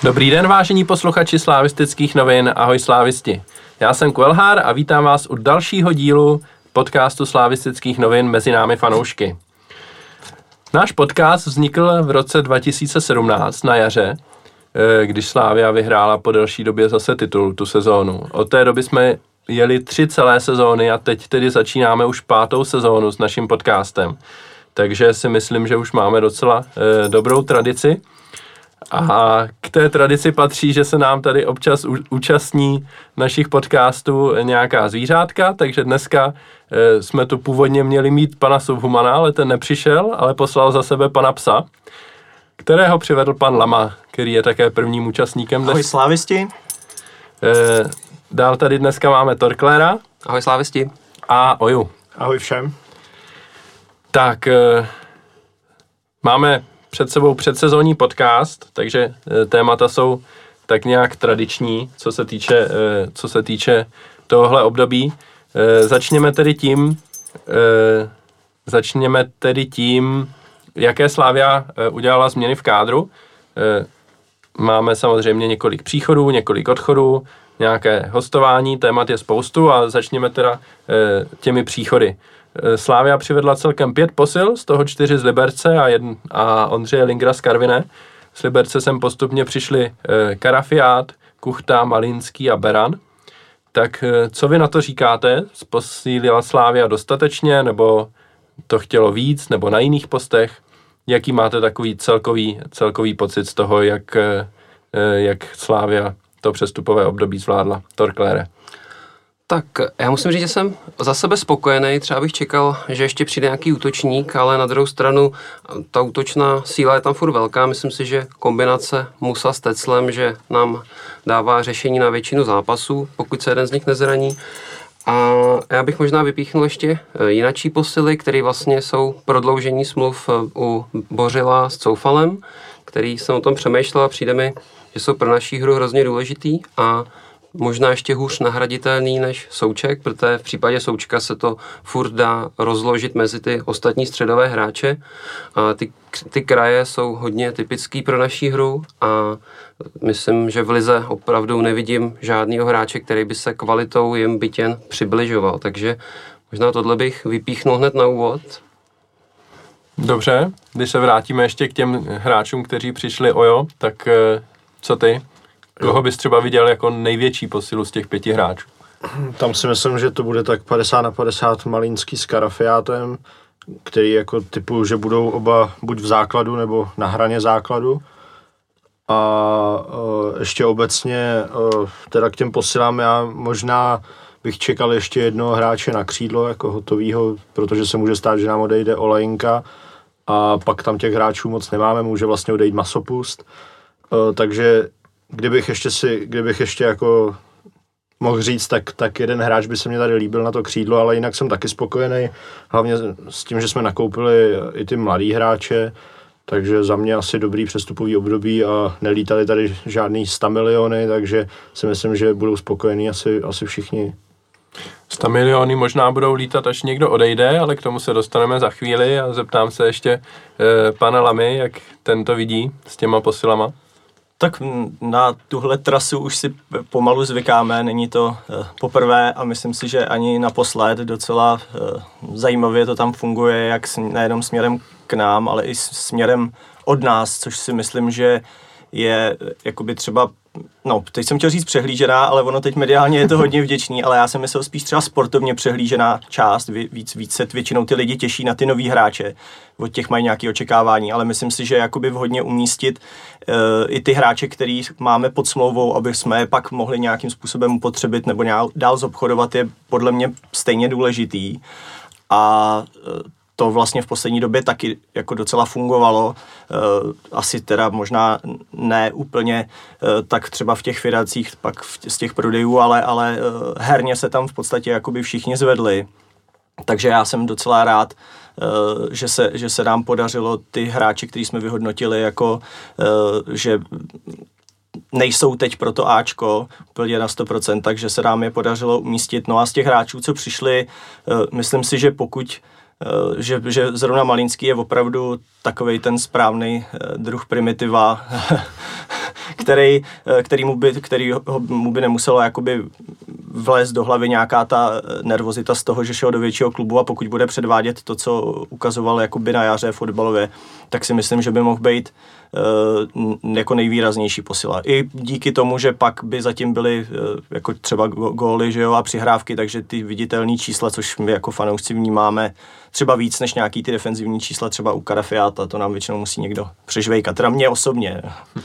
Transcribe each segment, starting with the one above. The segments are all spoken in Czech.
Dobrý den, vážení posluchači Slavistických novin, ahoj slávisti. Já jsem Kuelhár a vítám vás u dalšího dílu podcastu Slavistických novin Mezi námi fanoušky. Náš podcast vznikl v roce 2017 na jaře, když Slavia vyhrála po delší době zase titul tu sezónu. Od té doby jsme jeli 3 celé sezóny a teď tedy začínáme už 5. sezónu s naším podcastem. Takže si myslím, že už máme docela dobrou tradici. A k té tradici patří, že se nám tady občas účastní našich podcastů nějaká zvířátka, takže dneska jsme tu původně měli mít pana Subhumana, ale ten nepřišel, ale poslal za sebe pana psa, kterého přivedl pan Lama, který je také prvním účastníkem dnes. Ahoj slávisti. Dál tady dneska máme Torklera. Ahoj slávisti. A Oju. Ahoj všem. Tak, máme před sebou předsezónní podcast, takže témata jsou tak nějak tradiční, co se týče tohohle období. Začněme tedy tím, jaké Slavia udělala změny v kádru. Máme samozřejmě několik příchodů, několik odchodů, nějaké hostování, témat je spoustu a začněme teda těmi příchody. Slavia přivedla celkem 5 posil, z toho 4 z Liberce a Ondřeje Lingra z Karviné. Z Liberce sem postupně přišli Karafiát, Kuchta, Malinský a Beran. Tak co vy na to říkáte? Posílila Slavia dostatečně, nebo to chtělo víc, nebo na jiných postech? Jaký máte takový celkový pocit z toho, jak Slavia to přestupové období zvládla? Torklére. Tak já musím říct, že jsem za sebe spokojený, třeba bych čekal, že ještě přijde nějaký útočník, ale na druhou stranu ta útočná síla je tam furt velká, myslím si, že kombinace Musa s Teclem, že nám dává řešení na většinu zápasů, pokud se jeden z nich nezraní. A já bych možná vypíchnul ještě jinačí posily, které vlastně jsou prodloužení smluv u Bořila s Coufalem, který jsem o tom přemýšlel a přijde mi, že jsou pro naší hru hrozně důležitý a možná ještě hůř nahraditelný než Souček, protože v případě Součka se to furt dá rozložit mezi ty ostatní středové hráče. A ty kraje jsou hodně typický pro naší hru a myslím, že v lize opravdu nevidím žádného hráče, který by se kvalitou jim bytěn přibližoval. Takže možná tohle bych vypíchnul hned na úvod. Dobře, když se vrátíme ještě k těm hráčům, kteří přišli, Ojo, tak co ty? Koho bys třeba viděl jako největší posilu z těch 5 hráčů? Tam si myslím, že to bude tak 50/50 Malinský s Karafiátem, který jako typu, že budou oba buď v základu nebo na hraně základu. A ještě obecně teda k těm posilám já možná bych čekal ještě jednoho hráče na křídlo jako hotovýho, protože se může stát, že nám odejde Olejnka a pak tam těch hráčů moc nemáme, může vlastně odejít Masopust. Takže kdybych ještě jako mohl říct, tak jeden hráč by se mě tady líbil na to křídlo, ale jinak jsem taky spokojený, hlavně s tím, že jsme nakoupili i ty mladý hráče, takže za mě asi dobrý přestupový období a nelítali tady žádný 100 miliony, takže si myslím, že budou spokojení asi všichni. 100 miliony možná budou lítat, až někdo odejde, ale k tomu se dostaneme za chvíli a zeptám se ještě pana Lamy, jak ten to vidí s těma posilama. Tak na tuhle trasu už si pomalu zvykáme, není to poprvé a myslím si, že ani naposled docela zajímavě to tam funguje, jak nejenom směrem k nám, ale i směrem od nás, což si myslím, že je jakoby třeba, teď jsem chtěl říct přehlížená, ale ono teď mediálně je to hodně vděčný, ale já jsem myslel spíš třeba sportovně přehlížená část, víc se většinou ty lidi těší na ty nový hráče, od těch mají nějaké očekávání, ale myslím si, že jakoby vhodně umístit i ty hráče, který máme pod smlouvou, aby jsme je pak mohli nějakým způsobem upotřebit nebo dál zobchodovat, je podle mě stejně důležitý a to vlastně v poslední době taky jako docela fungovalo. Asi teda možná ne úplně tak třeba v těch financích, pak z těch prodejů, ale herně se tam v podstatě jakoby všichni zvedli. Takže já jsem docela rád, že se nám podařilo ty hráči, který jsme vyhodnotili, jako že nejsou teď pro to Ačko úplně na 100%, takže se nám je podařilo umístit. No a z těch hráčů, co přišli, myslím si, že pokud že zrovna Malinský je opravdu takovej ten správný druh primitiva, který mu by nemuselo jakoby vlézt do hlavy nějaká ta nervozita z toho, že šel do většího klubu, a pokud bude předvádět to, co ukazoval jakoby na jaře fotbalově, tak si myslím, že by mohl být jako nejvýraznější posila. I díky tomu, že pak by zatím byly jako třeba góly, že jo, a přihrávky, takže ty viditelné čísla, což my jako fanoušci vnímáme třeba víc než nějaký ty defenzivní čísla třeba u Karafiáta, to nám většinou musí někdo přežvejkat. Teda mě osobně.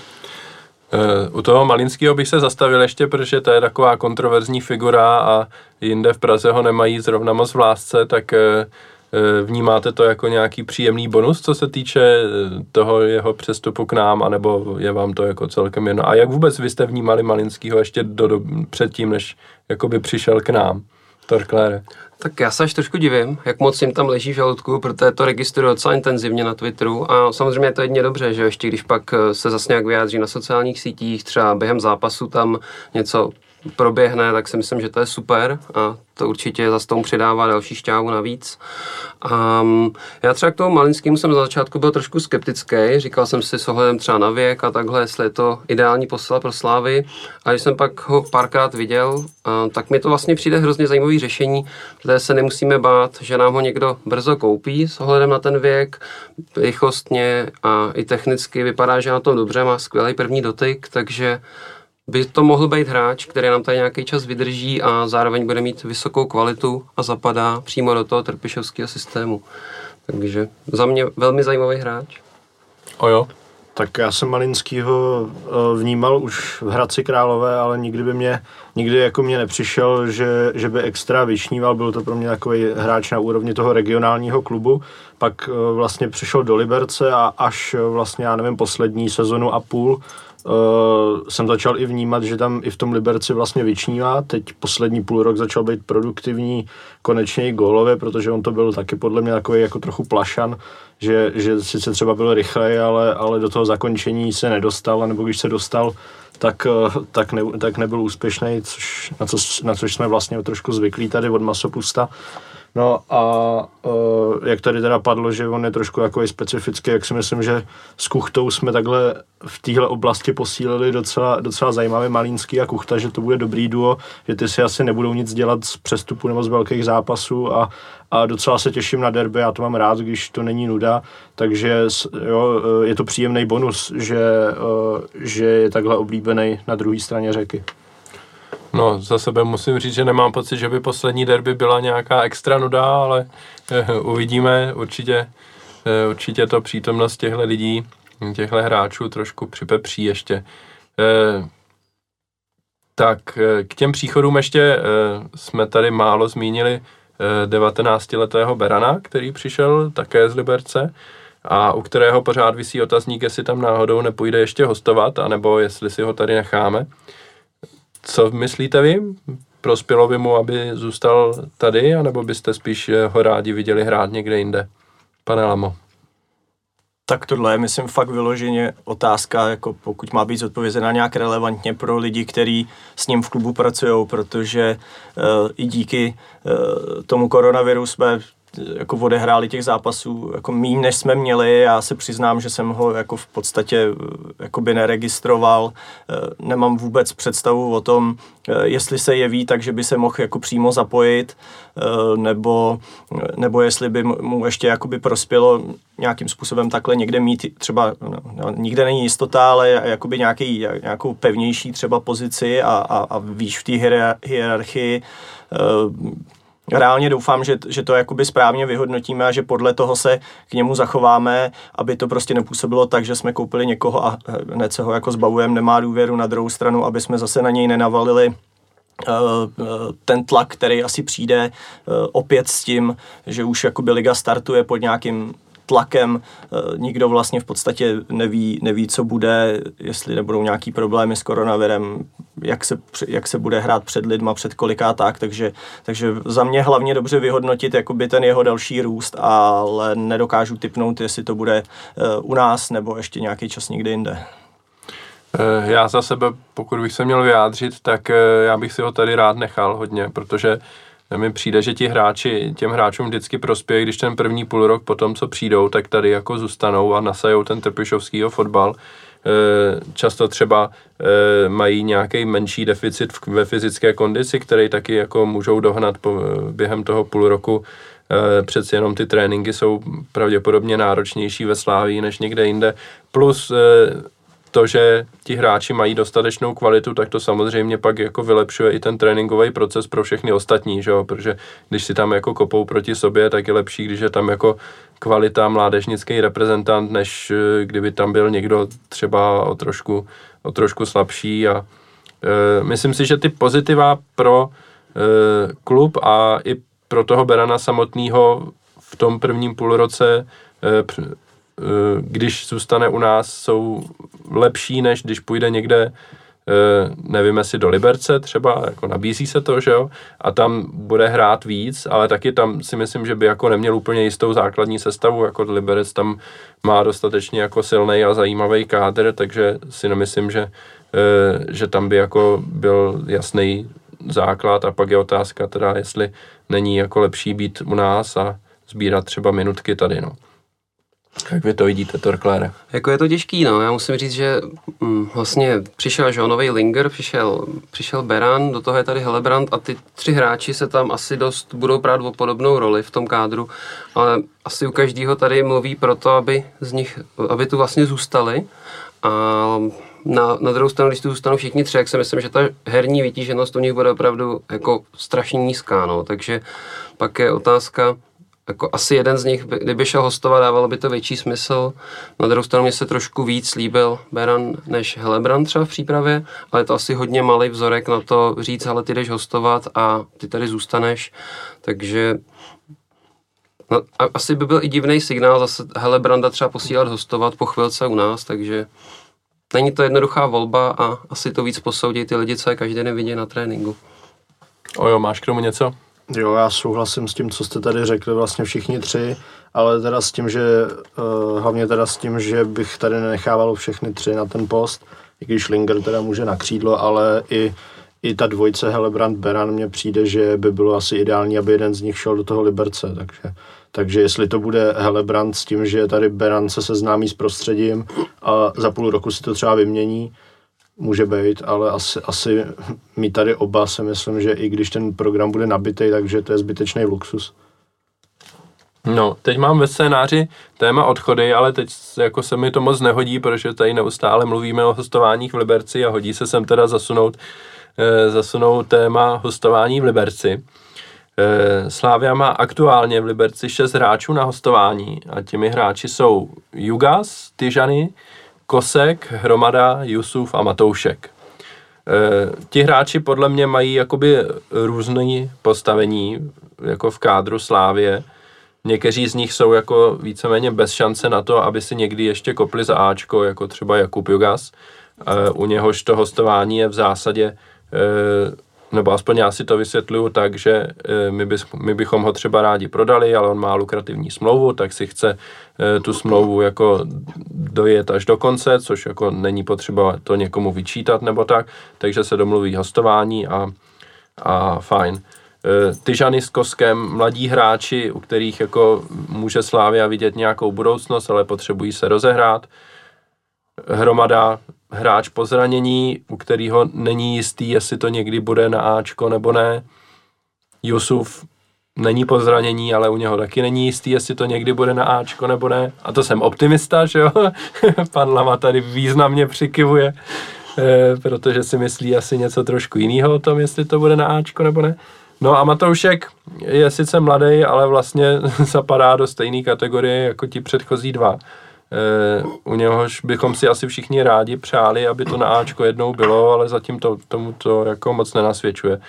U toho Malinského bych se zastavil ještě, protože to je taková kontroverzní figura a jinde v Praze ho nemají zrovna moc v lásce, tak vnímáte to jako nějaký příjemný bonus, co se týče toho jeho přestupu k nám, anebo je vám to jako celkem jedno? A jak vůbec vy jste vnímali Malinského ještě předtím, než jakoby přišel k nám? Torklére. Tak já se až trošku divím, jak moc jim tam leží v žaludku, protože to registruju docela intenzivně na Twitteru a samozřejmě je to jedině dobře, že ještě když pak se zase nějak vyjádří na sociálních sítích, třeba během zápasu tam něco proběhne, tak si myslím, že to je super a to určitě zase tomu přidává další šťávu navíc. Já třeba k tomu Malinskému jsem za začátku byl trošku skeptický, říkal jsem si s ohledem třeba na věk a takhle, jestli je to ideální posila pro Slávy, a když jsem pak ho párkrát viděl, tak mi to vlastně přijde hrozně zajímavý řešení, protože se nemusíme bát, že nám ho někdo brzo koupí s ohledem na ten věk, rychlostně a i technicky vypadá, že na tom dobře, má skvělý první dotyk, takže by to mohl být hráč, který nám tady nějaký čas vydrží a zároveň bude mít vysokou kvalitu a zapadá přímo do toho trpišovského systému. Takže za mě velmi zajímavý hráč. Jo. Tak já jsem Malinskýho vnímal už v Hradci Králové, ale nikdy jako mě nepřišel, že by extra vyšníval. Byl to pro mě takový hráč na úrovni toho regionálního klubu. Pak vlastně přišel do Liberce a až vlastně, já nevím, poslední sezonu a půl jsem začal i vnímat, že tam i v tom Liberci vlastně vyčnívá. Teď poslední půl rok začal být produktivní, konečně i gólově, protože on to byl taky podle mě takový jako trochu plašan, že sice třeba byl rychlej, ale do toho zakončení se nedostal, nebo když se dostal, tak nebyl úspěšný, na což jsme vlastně trošku zvyklí tady od Masopusta. No a jak tady teda padlo, že on je trošku jako specifický, jak si myslím, že s Kuchtou jsme takhle v téhle oblasti posílili docela zajímavě Malínský a Kuchta, že to bude dobrý duo, že ty si asi nebudou nic dělat z přestupu nebo z velkých zápasů a docela se těším na derby, já to mám rád, když to není nuda, takže jo, je to příjemný bonus, že je takhle oblíbený na druhé straně řeky. No, za sebe musím říct, že nemám pocit, že by poslední derby byla nějaká extra nuda, ale uvidíme, určitě to přítomnost těchto lidí, těchto hráčů trošku připepří ještě. Tak k těm příchodům ještě jsme tady málo zmínili 19letého Berana, který přišel také z Liberce a u kterého pořád visí otazník, jestli tam náhodou nepůjde ještě hostovat, anebo jestli si ho tady necháme. Co myslíte vy? Prospělo by mu, aby zůstal tady, anebo byste spíš ho rádi viděli hrát někde jinde? Pane Lamo. Tak tohle je, myslím, fakt vyloženě otázka, jako pokud má být zodpovězena nějak relevantně pro lidi, kteří s ním v klubu pracují, protože i díky tomu koronaviru jsme jako odehráli těch zápasů jako míň, než jsme měli. Já se přiznám, že jsem ho jako v podstatě jakoby neregistroval. Nemám vůbec představu o tom, jestli se jeví tak, že by se mohl jako přímo zapojit, nebo jestli by mu ještě jakoby prospělo nějakým způsobem takhle někde mít třeba, nikde není jistota, ale jakoby nějakou pevnější třeba pozici a výš v té hierarchii. Reálně doufám, že to jakoby správně vyhodnotíme a že podle toho se k němu zachováme, aby to prostě nepůsobilo tak, že jsme koupili někoho a hned se ho jako zbavujeme, nemá důvěru, na druhou stranu, aby jsme zase na něj nenavalili ten tlak, který asi přijde opět s tím, že už jakoby liga startuje pod nějakým tlakem, nikdo vlastně v podstatě neví, co bude, jestli nebudou nějaký problémy s koronavirem, jak se bude hrát před lidma, před kolika tak, takže za mě hlavně dobře vyhodnotit jakoby ten jeho další růst, ale nedokážu tipnout, jestli to bude u nás nebo ještě nějaký čas někde jinde. Já za sebe, pokud bych se měl vyjádřit, tak já bych si ho tady rád nechal hodně, protože mi přijde, že těm hráčům vždycky prospěje, když ten první půl rok po tom, co přijdou, tak tady jako zůstanou a nasajou ten trpišovskýho fotbal. často třeba mají nějaký menší deficit ve fyzické kondici, který taky jako můžou dohnat během toho půl roku. Přeci jenom ty tréninky jsou pravděpodobně náročnější ve Slavii než někde jinde. Plus to, že ti hráči mají dostatečnou kvalitu, tak to samozřejmě pak jako vylepšuje i ten tréninkový proces pro všechny ostatní, že jo? Protože když si tam jako kopou proti sobě, tak je lepší, když je tam jako kvalita mládežnický reprezentant, než kdyby tam byl někdo třeba o trošku slabší. A myslím si, že ty pozitiva pro klub a i pro toho Berana samotného v tom prvním půlroce, když zůstane u nás, jsou lepší, než když půjde někde, nevím jestli do Liberce třeba, jako nabízí se to, že jo, a tam bude hrát víc, ale taky tam si myslím, že by jako neměl úplně jistou základní sestavu, jako Liberec tam má dostatečně jako silný a zajímavý kádr, takže si nemyslím, že tam by jako byl jasný základ a pak je otázka teda, jestli není jako lepší být u nás a sbírat třeba minutky tady, no. Jak vy to vidíte, Torklére? Jako je to těžký, no. Já musím říct, že vlastně přišel nový Linger, přišel Beran, do toho je tady Helebrant a ty 3 hráči se tam asi dost budou prát o podobnou roli v tom kádru, ale asi u každého tady mluví proto, aby tu vlastně zůstali. A na druhou stranu, když tu zůstanou všichni 3, jak si myslím, že ta herní vytíženost u nich bude opravdu jako strašně nízká, no. Takže pak je otázka, jako asi jeden z nich, kdyby šel hostovat, dávalo by to větší smysl. Na druhou stranu mě se trošku víc líbil Beran než Helebrant třeba v přípravě, ale je to asi hodně malý vzorek na to říct, ale ty jdeš hostovat a ty tady zůstaneš. Takže no, asi by byl i divný signál zase Helebranda třeba posílat hostovat po chvilce u nás, takže není to jednoduchá volba a asi to víc posoudí ty lidi, co je každý den vidí na tréninku. Ojo, máš k tomu něco? Jo, já souhlasím s tím, co jste tady řekli, vlastně všichni 3, ale teda s tím, že hlavně teda s tím, že bych tady nenechával všechny 3 na ten post, i když Linger teda může na křídlo, ale i ta dvojce Helebrant-Beran mně přijde, že by bylo asi ideální, aby jeden z nich šel do toho Liberce, takže jestli to bude Helebrant s tím, že tady Beran se seznámí s prostředím a za půl roku si to třeba vymění, může být, ale asi my tady oba si myslím, že i když ten program bude nabitý, takže to je zbytečný luxus. No, teď mám ve scénáři téma odchody, ale teď jako se mi to moc nehodí, protože tady neustále mluvíme o hostováních v Liberci a hodí se sem teda zasunout téma hostování v Liberci. Slavia má aktuálně v Liberci 6 hráčů na hostování a těmi hráči jsou Jugas, Tyžany, Kosek, Hromada, Jusuf a Matoušek. Ti hráči podle mě mají jakoby různé postavení jako v kádru Slavie. Někteří z nich jsou jako víceméně bez šance na to, aby si někdy ještě kopli za Ačko, jako třeba Jakub Jugas. U něhož to hostování je v zásadě, nebo aspoň já si to vysvětluju tak, že my bychom ho třeba rádi prodali, ale on má lukrativní smlouvu, tak si chce tu smlouvu jako dojet až do konce, což jako není potřeba to někomu vyčítat nebo tak, takže se domluví hostování a fajn. Tyžany s Koskem, mladí hráči, u kterých jako může Slavia vidět nějakou budoucnost, ale potřebují se rozehrát. Hromada, hráč po zranění, u kterého není jistý, jestli to někdy bude na Ačko nebo ne. Jusuf není po zranění, ale u něho taky není jistý, jestli to někdy bude na Ačko nebo ne. A to jsem optimista, že jo? Pan Lama tady významně přikyvuje, protože si myslí asi něco trošku jiného o tom, jestli to bude na Ačko nebo ne. No a Matoušek je sice mladý, ale vlastně zapadá do stejné kategorie jako ti předchozí 2. U něhož bychom si asi všichni rádi přáli, aby to na Ačko jednou bylo, ale zatím tomu to jako moc nenasvědčuje.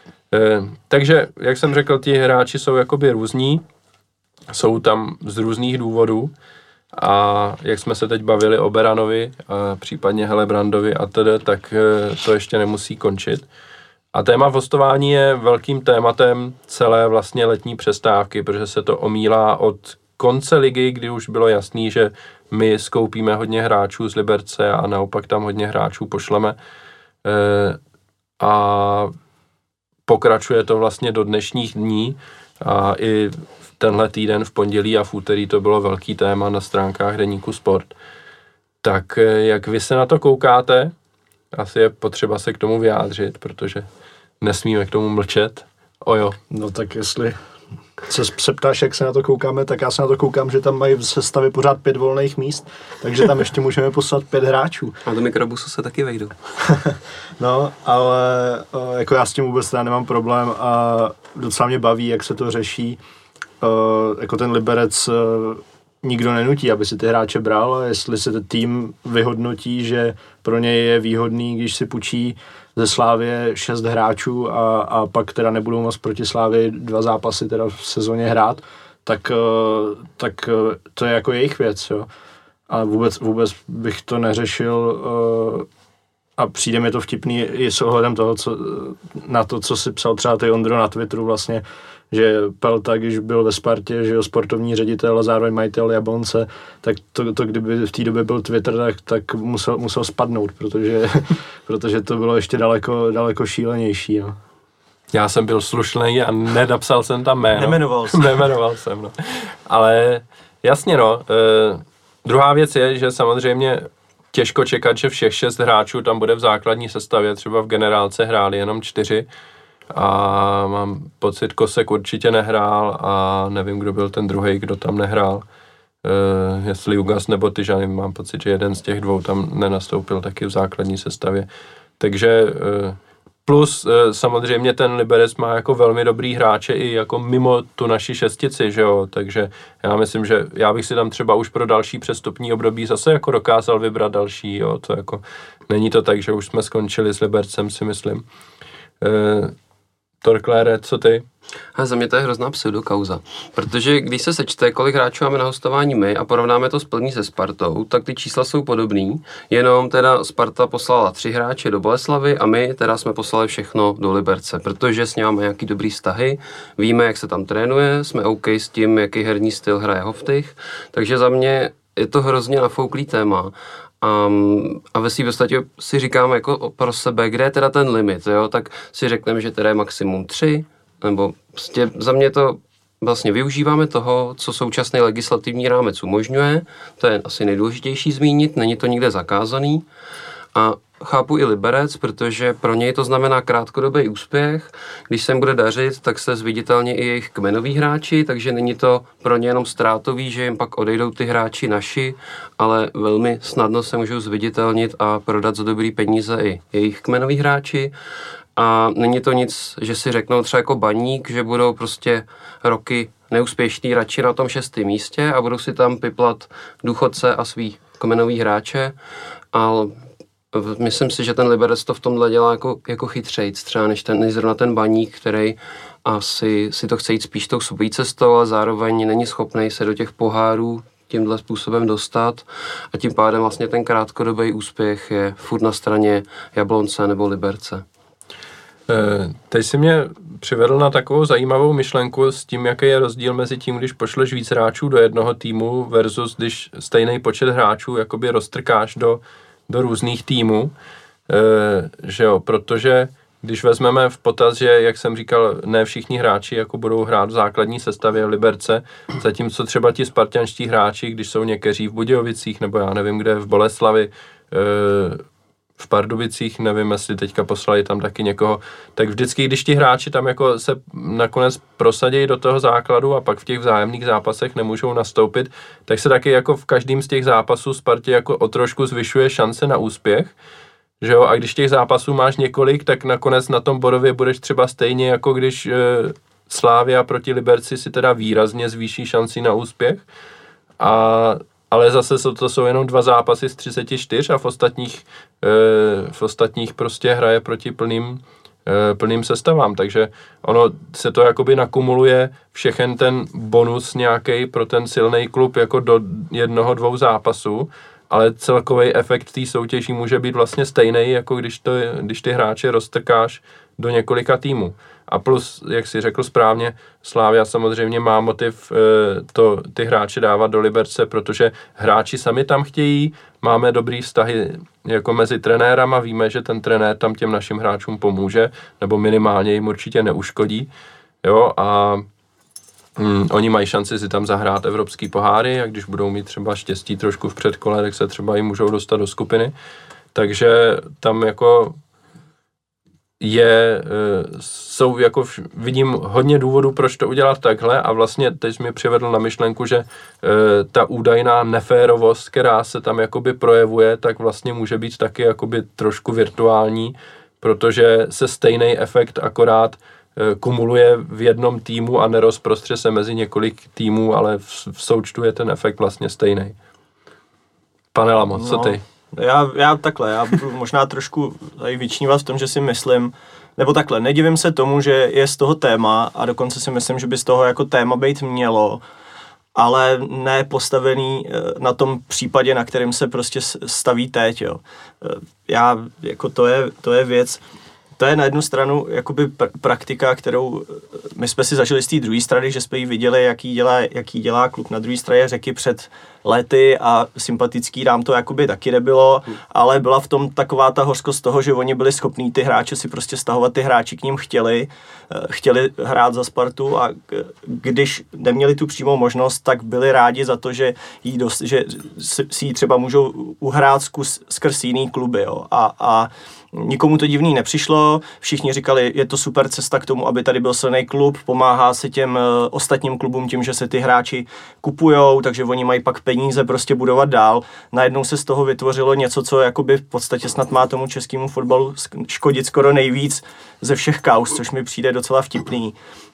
Takže, jak jsem řekl, ti hráči jsou jakoby různí, jsou tam z různých důvodů a jak jsme se teď bavili o Beranovi, a případně Helebrandovi a tedy, tak to ještě nemusí končit. A téma hostování je velkým tématem celé vlastně letní přestávky, protože se to omílá od konce ligy, kdy už bylo jasný, že my skoupíme hodně hráčů z Liberce a naopak tam hodně hráčů pošleme. A pokračuje to vlastně do dnešních dní a i tenhle týden v pondělí a v úterý to bylo velký téma na stránkách deníku Sport. Tak jak vy se na to koukáte? Asi je potřeba se k tomu vyjádřit, protože nesmíme k tomu mlčet. Ojo. No tak jestli se ptáš, jak se na to koukáme, tak já se na to koukám, že tam mají v sestavě pořád 5 volných míst, takže tam ještě můžeme poslat 5 hráčů. A do mikrobusu se taky vejdou. No, ale jako já s tím vůbec teda nemám problém a docela mě baví, jak se to řeší. Jako ten Liberec nikdo nenutí, aby si ty hráče bral, a jestli se ten tým vyhodnotí, že pro něj je výhodný, když si půjčí ze Slávie 6 hráčů a pak teda nebudou moct proti Slávii 2 zápasy teda v sezóně hrát, tak to je jako jejich věc, jo. Ale vůbec bych to neřešil a přijde mi to vtipný i s ohledem toho, na to, co si psal třeba ty Ondro na Twitteru vlastně, že Pelta, když byl ve Spartě, že jo, sportovní ředitel a zároveň majitel Jablonce, tak to kdyby v té době byl Twitter, tak musel spadnout, protože to bylo ještě daleko šílenější. No. Já jsem byl slušný a nenapsal jsem tam jméno. Nemenoval jsem, no. Ale jasně, no. Druhá věc je, že samozřejmě těžko čekat, že všech 6 hráčů tam bude v základní sestavě, třeba v generálce hráli jenom 4 a mám pocit, Kosek určitě nehrál a nevím, kdo byl ten druhej, kdo tam nehrál. Jestli Jugas nebo Tyžany, mám pocit, že jeden z těch 2 tam nenastoupil taky v základní sestavě. Takže plus samozřejmě ten Liberec má jako velmi dobrý hráče i jako mimo tu naši šestici, že jo, takže já myslím, že já bych si tam třeba už pro další přestupní období zase jako dokázal vybrat další, jo, to jako není to tak, že už jsme skončili s Libercem, si myslím. Torklére, co ty? A za mě to je hrozná pseudokauza, protože když se sečte, kolik hráčů máme na hostování my a porovnáme to s Plzní se Spartou, tak ty čísla jsou podobný, jenom teda Sparta poslala 3 hráče do Boleslavy a my teda jsme poslali všechno do Liberce, protože s ním máme nějaký dobrý vztahy, víme, jak se tam trénuje, jsme OK s tím, jaký herní styl hraje Hoftych, takže za mě je to hrozně nafouklý téma. A ve svým podstatě si říkáme jako pro sebe, kde je teda ten limit, jo? Tak si řekneme, že teda je maximum 3, nebo prostě za mě to vlastně využíváme toho, co současný legislativní rámec umožňuje, to je asi nejdůležitější zmínit, není to nikde zakázaný a chápu i Liberec, protože pro něj to znamená krátkodobý úspěch. Když se jim bude dařit, tak se zviditelně i jejich kmenoví hráči, takže není to pro ně jenom ztrátový, že jim pak odejdou ty hráči naši, ale velmi snadno se můžou zviditelnit a prodat za dobrý peníze i jejich kmenoví hráči. A není to nic, že si řeknou třeba jako Baník, že budou prostě roky neúspěšní radši na tom 6. místě a budou si tam piplat důchodce a svý kmenový hráče, ale myslím si, že ten Liberec to v tomhle dělá jako chytřejc, třeba než zrovna ten Baník, který asi si to chce jít spíš tou svojí cestou, ale zároveň není schopný se do těch pohárů tímhle způsobem dostat a tím pádem vlastně ten krátkodobý úspěch je furt na straně Jablonce nebo Liberce. Teď si mě přivedl na takovou zajímavou myšlenku s tím, jaký je rozdíl mezi tím, když pošleš víc hráčů do jednoho týmu versus když stejný počet hráčů jakoby roztrkáš do různých týmů, že jo, protože když vezmeme v potaz, že, jak jsem říkal, ne všichni hráči jako budou hrát v základní sestavě Liberce, zatímco třeba ti spartanští hráči, když jsou někteří v Budějovicích, nebo já nevím kde, v Boleslavi, v Pardubicích, nevím, jestli teďka poslali tam taky někoho, tak vždycky, když ti hráči tam jako se nakonec prosadějí do toho základu a pak v těch vzájemných zápasech nemůžou nastoupit, tak se taky jako v každém z těch zápasů Spartě jako o trošku zvyšuje šance na úspěch, že jo, a když těch zápasů máš několik, tak nakonec na tom bodově budeš třeba stejně, jako když Slavia proti Liberci si teda výrazně zvýší šanci na úspěch, ale zase to jsou jenom 2 zápasy z 34 a v ostatních prostě hraje proti plným sestavám, takže ono se to jakoby nakumuluje všechen ten bonus nějaký pro ten silný klub jako do 1-2 zápasů, ale celkový efekt té soutěží může být vlastně stejný, jako když ty hráče roztrkáš do několika týmů. A plus, jak si řekl správně, Slavia samozřejmě má motiv ty hráče dávat do Liberce, protože hráči sami tam chtějí, máme dobrý vztahy jako mezi trenérama, víme, že ten trenér tam těm našim hráčům pomůže, nebo minimálně jim určitě neuškodí. Jo, a Oni mají šanci si tam zahrát evropský poháry a když budou mít třeba štěstí trošku v předkole, tak se třeba i můžou dostat do skupiny. Takže tam jako jsou jako vidím hodně důvodů, proč to udělat takhle a vlastně teď mi přivedl na myšlenku, že ta údajná neférovost, která se tam jakoby projevuje, tak vlastně může být taky jakoby trošku virtuální, protože se stejný efekt akorát kumuluje v jednom týmu a nerozprostře se mezi několik týmů, ale v součtu je ten efekt vlastně stejný. Pane Lamo, co ty? Já budu možná trošku tady vyčnívat v tom, že si myslím, nebo takhle, nedivím se tomu, že je z toho téma a dokonce si myslím, že by z toho jako téma být mělo, ale ne postavený na tom případě, na kterém se prostě staví teď, jo. Jako to je věc, to je na jednu stranu jakoby praktika, kterou my jsme si zažili z té druhé strany, že jsme ji viděli, jaký dělá klub na druhé straně řeky před lety a sympatický nám to jakoby taky nebylo, ale byla v tom taková ta hořkost toho, že oni byli schopní ty hráče si prostě stahovat, ty hráči k ním chtěli hrát za Spartu a když neměli tu přímou možnost, tak byli rádi za to, že si ji třeba můžou uhrát skrz jiný kluby, jo. A nikomu to divný nepřišlo, všichni říkali, je to super cesta k tomu, aby tady byl silný klub, pomáhá se těm ostatním klubům tím, že se ty hráči kupujou, takže oni mají pak peníze prostě budovat dál. Najednou se z toho vytvořilo něco, co jakoby v podstatě snad má tomu českému fotbalu škodit skoro nejvíc ze všech kauz, což mi přijde docela vtipný.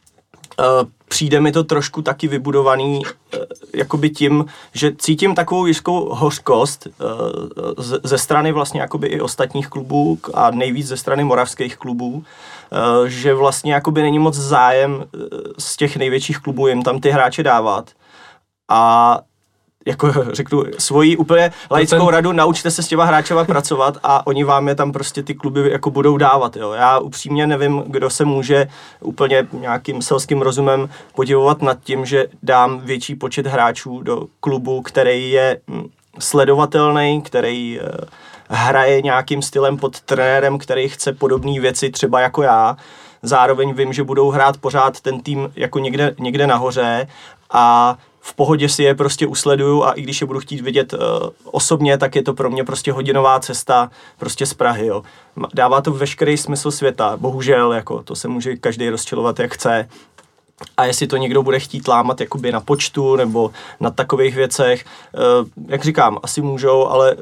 Přijde mi to trošku taky vybudovaný jakoby tím, že cítím takovou jistou hořkost ze strany vlastně jakoby i ostatních klubů a nejvíc ze strany moravských klubů, že vlastně jakoby není moc zájem z těch největších klubů jim tam ty hráče dávat a jako řeknu svoji úplně laickou radu, naučte se s těma hráčema pracovat a oni vám je tam prostě ty kluby jako budou dávat, jo. Já upřímně nevím, kdo se může úplně nějakým selským rozumem podivovat nad tím, že dám větší počet hráčů do klubu, který je sledovatelný, který hraje nějakým stylem pod trenérem, který chce podobné věci třeba jako já. Zároveň vím, že budou hrát pořád ten tým jako někde nahoře a v pohodě si je prostě usleduju a i když je budu chtít vidět osobně, tak je to pro mě prostě hodinová cesta prostě z Prahy, jo. Dává to veškerý smysl světa, bohužel, jako to se může každý rozčilovat, jak chce. A jestli to někdo bude chtít lámat jakoby na počtu nebo na takových věcech, jak říkám, asi můžou, ale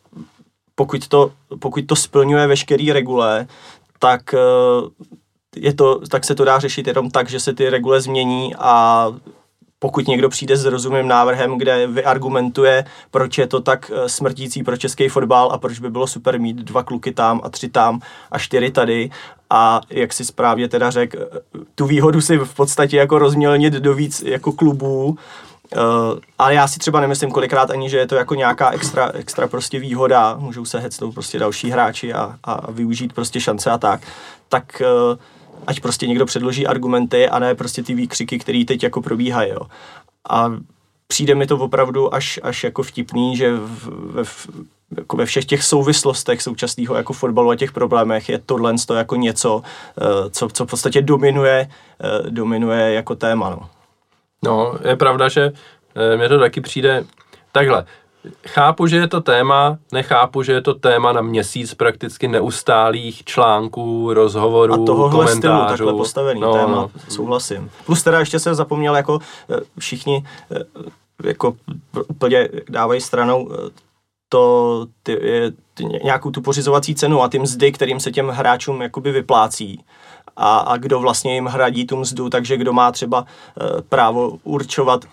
pokud to splňuje veškerý regule, tak tak se to dá řešit jenom tak, že se ty regule změní a pokud někdo přijde s rozumným návrhem, kde vyargumentuje, proč je to tak smrtící pro český fotbal a proč by bylo super mít 2 kluky tam a 3 tam a 4 tady a jak si správně teda řekl, tu výhodu si v podstatě jako rozmělnit do víc jako klubů, ale já si třeba nemyslím kolikrát ani, že je to jako nějaká extra prostě výhoda, můžou se hecnout prostě další hráči a využít prostě šance a tak ať prostě někdo předloží argumenty a ne prostě ty výkřiky, které teď jako probíhají, jo. A přijde mi to opravdu až jako vtipný, že jako ve všech těch souvislostech současného jako fotbalu a těch problémech je tohle jako něco, co v podstatě dominuje jako téma, no. No, je pravda, že mně to taky přijde takhle. Chápu, že je to téma, nechápu, že je to téma na měsíc prakticky neustálých článků, rozhovorů, komentářů. A tohohle stylu takhle postavený téma, souhlasím. Plus teda ještě jsem zapomněl, jako všichni jako úplně dávají stranou nějakou tu pořizovací cenu a ty mzdy, kterým se těm hráčům jakoby vyplácí. A kdo vlastně jim hradí tu mzdu, takže kdo má třeba právo určovat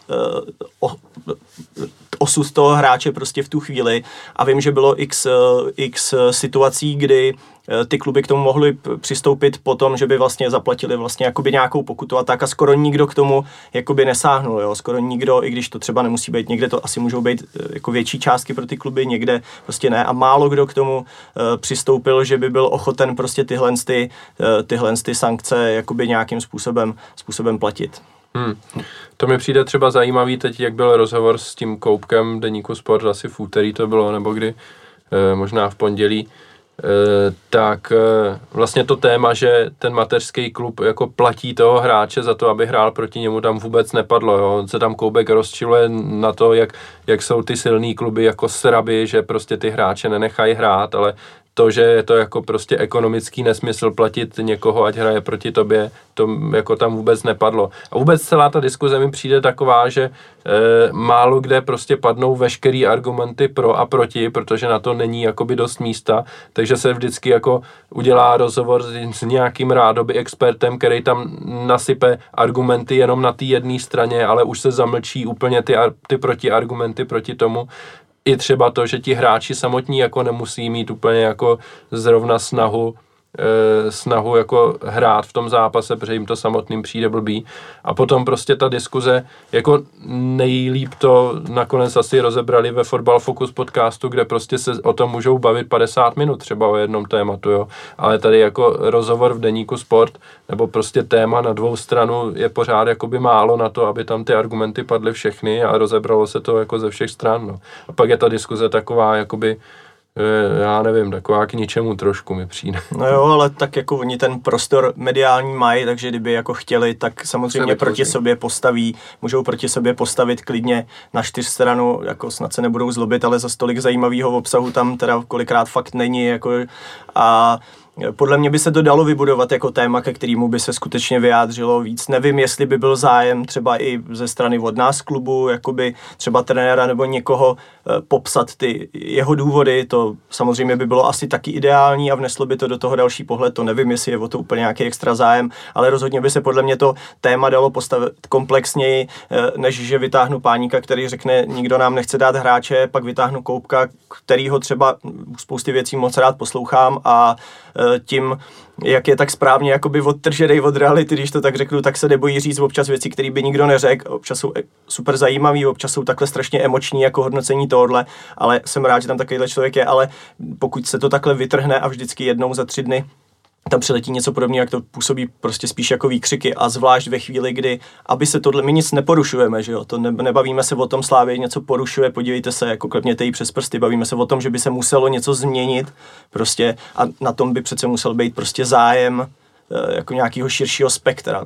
osud toho hráče prostě v tu chvíli. A vím, že bylo x situací, kdy ty kluby k tomu mohly přistoupit po tom, že by vlastně zaplatili vlastně jakoby nějakou pokutu a tak a skoro nikdo k tomu jakoby nesáhnul, jo. Skoro nikdo, i když to třeba nemusí být, někde to asi můžou být jako větší částky pro ty kluby, někde prostě ne a málo kdo k tomu přistoupil, že by byl ochoten prostě tyhle sankce jakoby nějakým způsobem platit. To mi přijde třeba zajímavý teď, jak byl rozhovor s tím Koupkem deníku Sport, asi v úterý to bylo, nebo kdy, možná v pondělí, tak vlastně to téma, že ten mateřský klub jako platí toho hráče za to, aby hrál proti němu, tam vůbec nepadlo. Jo. On se tam Koubek rozčiluje na to, jak jsou ty silný kluby jako Sraby, že prostě ty hráče nenechají hrát, ale to, že je to jako prostě ekonomický nesmysl platit někoho, ať hraje proti tobě, to jako tam vůbec nepadlo. A vůbec celá ta diskuze mi přijde taková, že málo kde prostě padnou veškerý argumenty pro a proti, protože na to není jakoby dost místa, takže se vždycky jako udělá rozhovor s nějakým rádoby expertem, který tam nasype argumenty jenom na té jedné straně, ale už se zamlčí úplně ty protiargumenty proti tomu. I třeba to, že ti hráči samotní jako nemusí mít úplně jako zrovna snahu jako hrát v tom zápase, protože jim to samotným přijde blbý. A potom prostě ta diskuze, jako nejlíp to nakonec asi rozebrali ve Fotbal Focus podcastu, kde prostě se o tom můžou bavit 50 minut třeba o jednom tématu, jo. Ale tady jako rozhovor v deníku Sport, nebo prostě téma na dvou stranu je pořád jakoby málo na to, aby tam ty argumenty padly všechny a rozebralo se to jako ze všech stran, no. A pak je ta diskuze taková jakoby já nevím, taková k ničemu trošku mi přijde. No jo, ale tak jako oni ten prostor mediální mají, takže kdyby jako chtěli, tak samozřejmě proti sobě postaví, můžou proti sobě postavit klidně na 4 stranu, jako snad se nebudou zlobit, ale za tolik zajímavého obsahu tam teda kolikrát fakt není, jako a podle mě by se to dalo vybudovat jako téma, ke kterému by se skutečně vyjádřilo víc. Nevím, jestli by byl zájem třeba i ze strany od nás klubu, jakoby třeba trenéra nebo někoho popsat ty jeho důvody. To samozřejmě by bylo asi taky ideální a vneslo by to do toho další pohled. To nevím, jestli je o to úplně nějaký extra zájem, ale rozhodně by se podle mě to téma dalo postavit komplexněji, než že vytáhnu Páníka, který řekne, nikdo nám nechce dát hráče, pak vytáhnu Koubka, kterýho třeba spousty věcí moc rád poslouchám a tím, jak je tak správně jakoby odtržený od reality, když to tak řeknu, tak se nebojí říct občas věci, které by nikdo neřekl, občas jsou super zajímavý, občas jsou takhle strašně emoční jako hodnocení tohodle, ale jsem rád, že tam takovýhle člověk je, ale pokud se to takhle vytrhne a vždycky jednou za 3 dny tam přiletí něco podobného, jak to působí prostě spíš jako výkřiky a zvlášť ve chvíli, kdy, aby se tohle, my nic neporušujeme, že jo, to nebavíme se o tom, Slávě něco porušuje, podívejte se, jako klepněte jí přes prsty, bavíme se o tom, že by se muselo něco změnit prostě a na tom by přece musel být prostě zájem jako nějakého širšího spektra.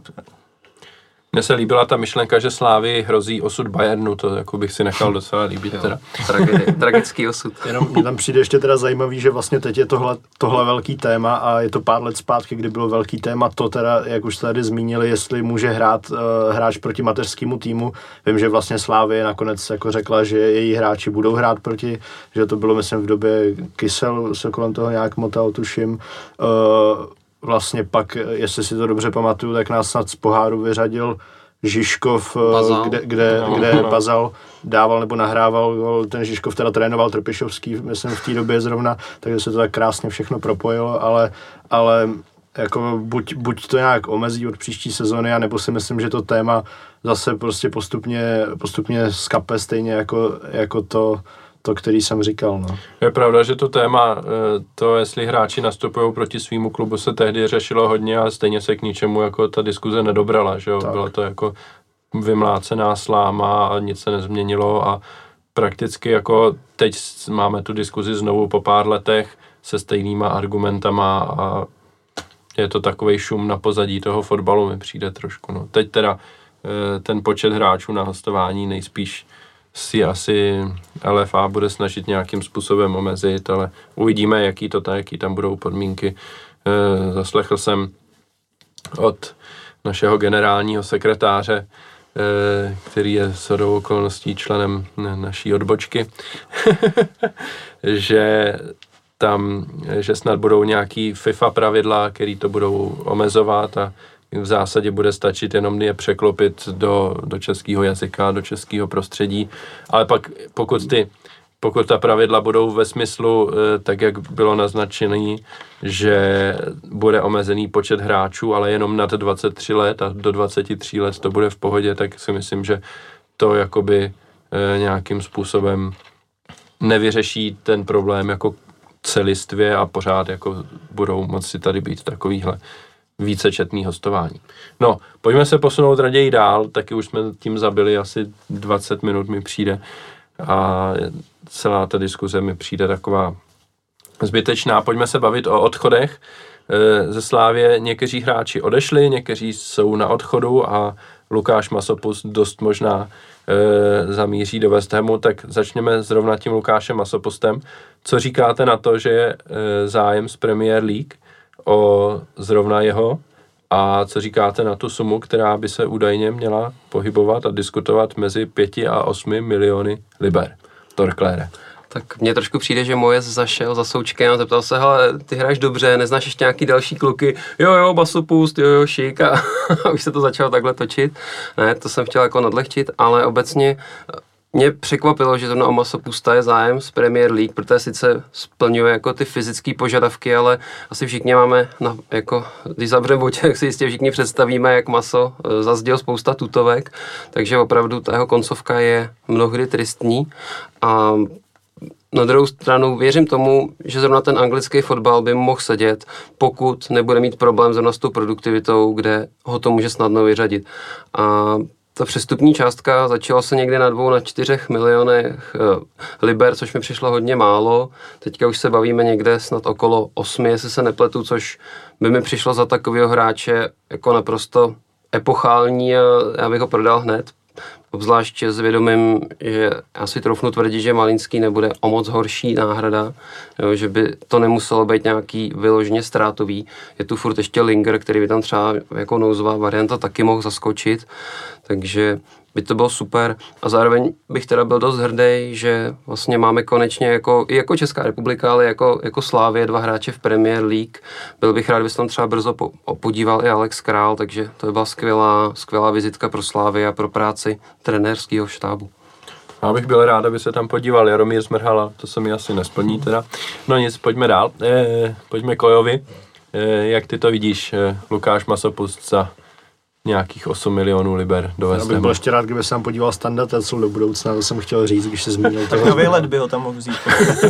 Mně se líbila ta myšlenka, že Slávii hrozí osud Bayernu, to jako bych si nechal docela líbit. Teda. Tragický osud. Jenom mě tam přijde ještě teda zajímavý, že vlastně teď je tohle velký téma a je to pár let zpátky, kdy bylo velký téma to teda, jak už tady zmínili, jestli může hrát hráč proti mateřskému týmu. Vím, že vlastně Slávie nakonec jako řekla, že její hráči budou hrát proti, že to bylo myslím v době Kysel, se kolem toho nějak motal, tuším. Vlastně pak, jestli si to dobře pamatuju, tak nás snad z poháru vyřadil Žižkov, kde Bazal dával nebo nahrával, ten Žižkov teda trénoval Trpišovský, myslím v té době zrovna, takže se to tak krásně všechno propojilo, ale jako buď to nějak omezí od příští sezony, anebo si myslím, že to téma zase prostě postupně skape stejně jako to, který jsem říkal. No. Je pravda, že to téma, to jestli hráči nastupují proti svýmu klubu, se tehdy řešilo hodně a stejně se k ničemu jako ta diskuze nedobrala, že jo? Byla to jako vymlácená sláma a nic se nezměnilo a prakticky jako teď máme tu diskuzi znovu po pár letech se stejnýma argumentama a je to takovej šum na pozadí toho fotbalu mi přijde trošku. No. Teď teda ten počet hráčů na hostování nejspíš si asi LFA bude snažit nějakým způsobem omezit, ale uvidíme, jaký tam budou podmínky. Zaslechl jsem od našeho generálního sekretáře, který je shodou okolností členem naší odbočky, že snad budou nějaký FIFA pravidla, který to budou omezovat a v zásadě bude stačit jenom je překlopit do českého jazyka, do českého prostředí, ale pak pokud ta pravidla budou ve smyslu, tak jak bylo naznačené, že bude omezený počet hráčů, ale jenom nad 23 let a do 23 let to bude v pohodě, tak si myslím, že to jakoby nějakým způsobem nevyřeší ten problém jako celistvě a pořád jako budou moci tady být takovýhle vícečetný hostování. No, pojďme se posunout raději dál, taky už jsme tím zabili asi 20 minut mi přijde a celá ta diskuze mi přijde taková zbytečná. Pojďme se bavit o odchodech. Ze Slávie někteří hráči odešli, někteří jsou na odchodu a Lukáš Masopust dost možná zamíří do West Hamu, tak začněme zrovna tím Lukášem Masopustem. Co říkáte na to, že je zájem z Premier League o zrovna jeho a co říkáte na tu sumu, která by se údajně měla pohybovat a diskutovat mezi 5 a 8 miliony liber? Torklére. Tak mně trošku přijde, že Moyes zašel za Součkem a zeptal se, hele, ty hraješ dobře, neznáš ještě nějaký další kluky? Jo, Masopust, jo, šik a už se to začalo takhle točit. Ne, to jsem chtěl jako nadlehčit, ale obecně mě překvapilo, že zrovna o Masopusta je zájem z Premier League, protože sice splňuje jako ty fyzické požadavky, ale asi všichni máme, jako, když zavřeme oči, jak si jistě všichni představíme, jak Maso zazděl spousta tutovek, takže opravdu ta jeho koncovka je mnohdy tristní a na druhou stranu věřím tomu, že zrovna ten anglický fotbal by mohl sedět, pokud nebude mít problém zrovna s tou produktivitou, kde ho to může snadno vyřadit. A ta přestupní částka začala se někde na 2 na 4 milionech liber, což mi přišlo hodně málo. Teďka už se bavíme někde snad okolo 8, jestli se nepletu, což by mi přišlo za takového hráče jako naprosto epochální a já bych ho prodal hned. Obzvlášť s vědomím, že já si troufnu tvrdit, že Malinský nebude o moc horší náhrada, jo, že by to nemuselo být nějaký vyloženě ztrátový. Je tu furt ještě Linger, který by tam třeba jako nouzová varianta taky mohl zaskočit, takže by to bylo super a zároveň bych teda byl dost hrdý, že vlastně máme konečně i jako Česká republika, ale jako Slávie 2 hráče v Premier League. Byl bych rád, kdyby se tam třeba brzo podíval i Alex Král, takže to by byla skvělá vizitka pro Slávy a pro práci trenérského štábu. Já bych byl rád, aby se tam podíval Jaromír Smrhala, to se mi asi nesplní teda. No nic, pojďme dál, pojďme k Ojovi. Jak ty to vidíš, Lukáš Masopust za nějakých 8 milionů liber do West Hamu? Já bych byl ještě rád, kdyby se tam podíval Standa Tetzl do budoucna, to jsem chtěl říct, když se zmínil. Tak nový let by ho tam mohl vzít.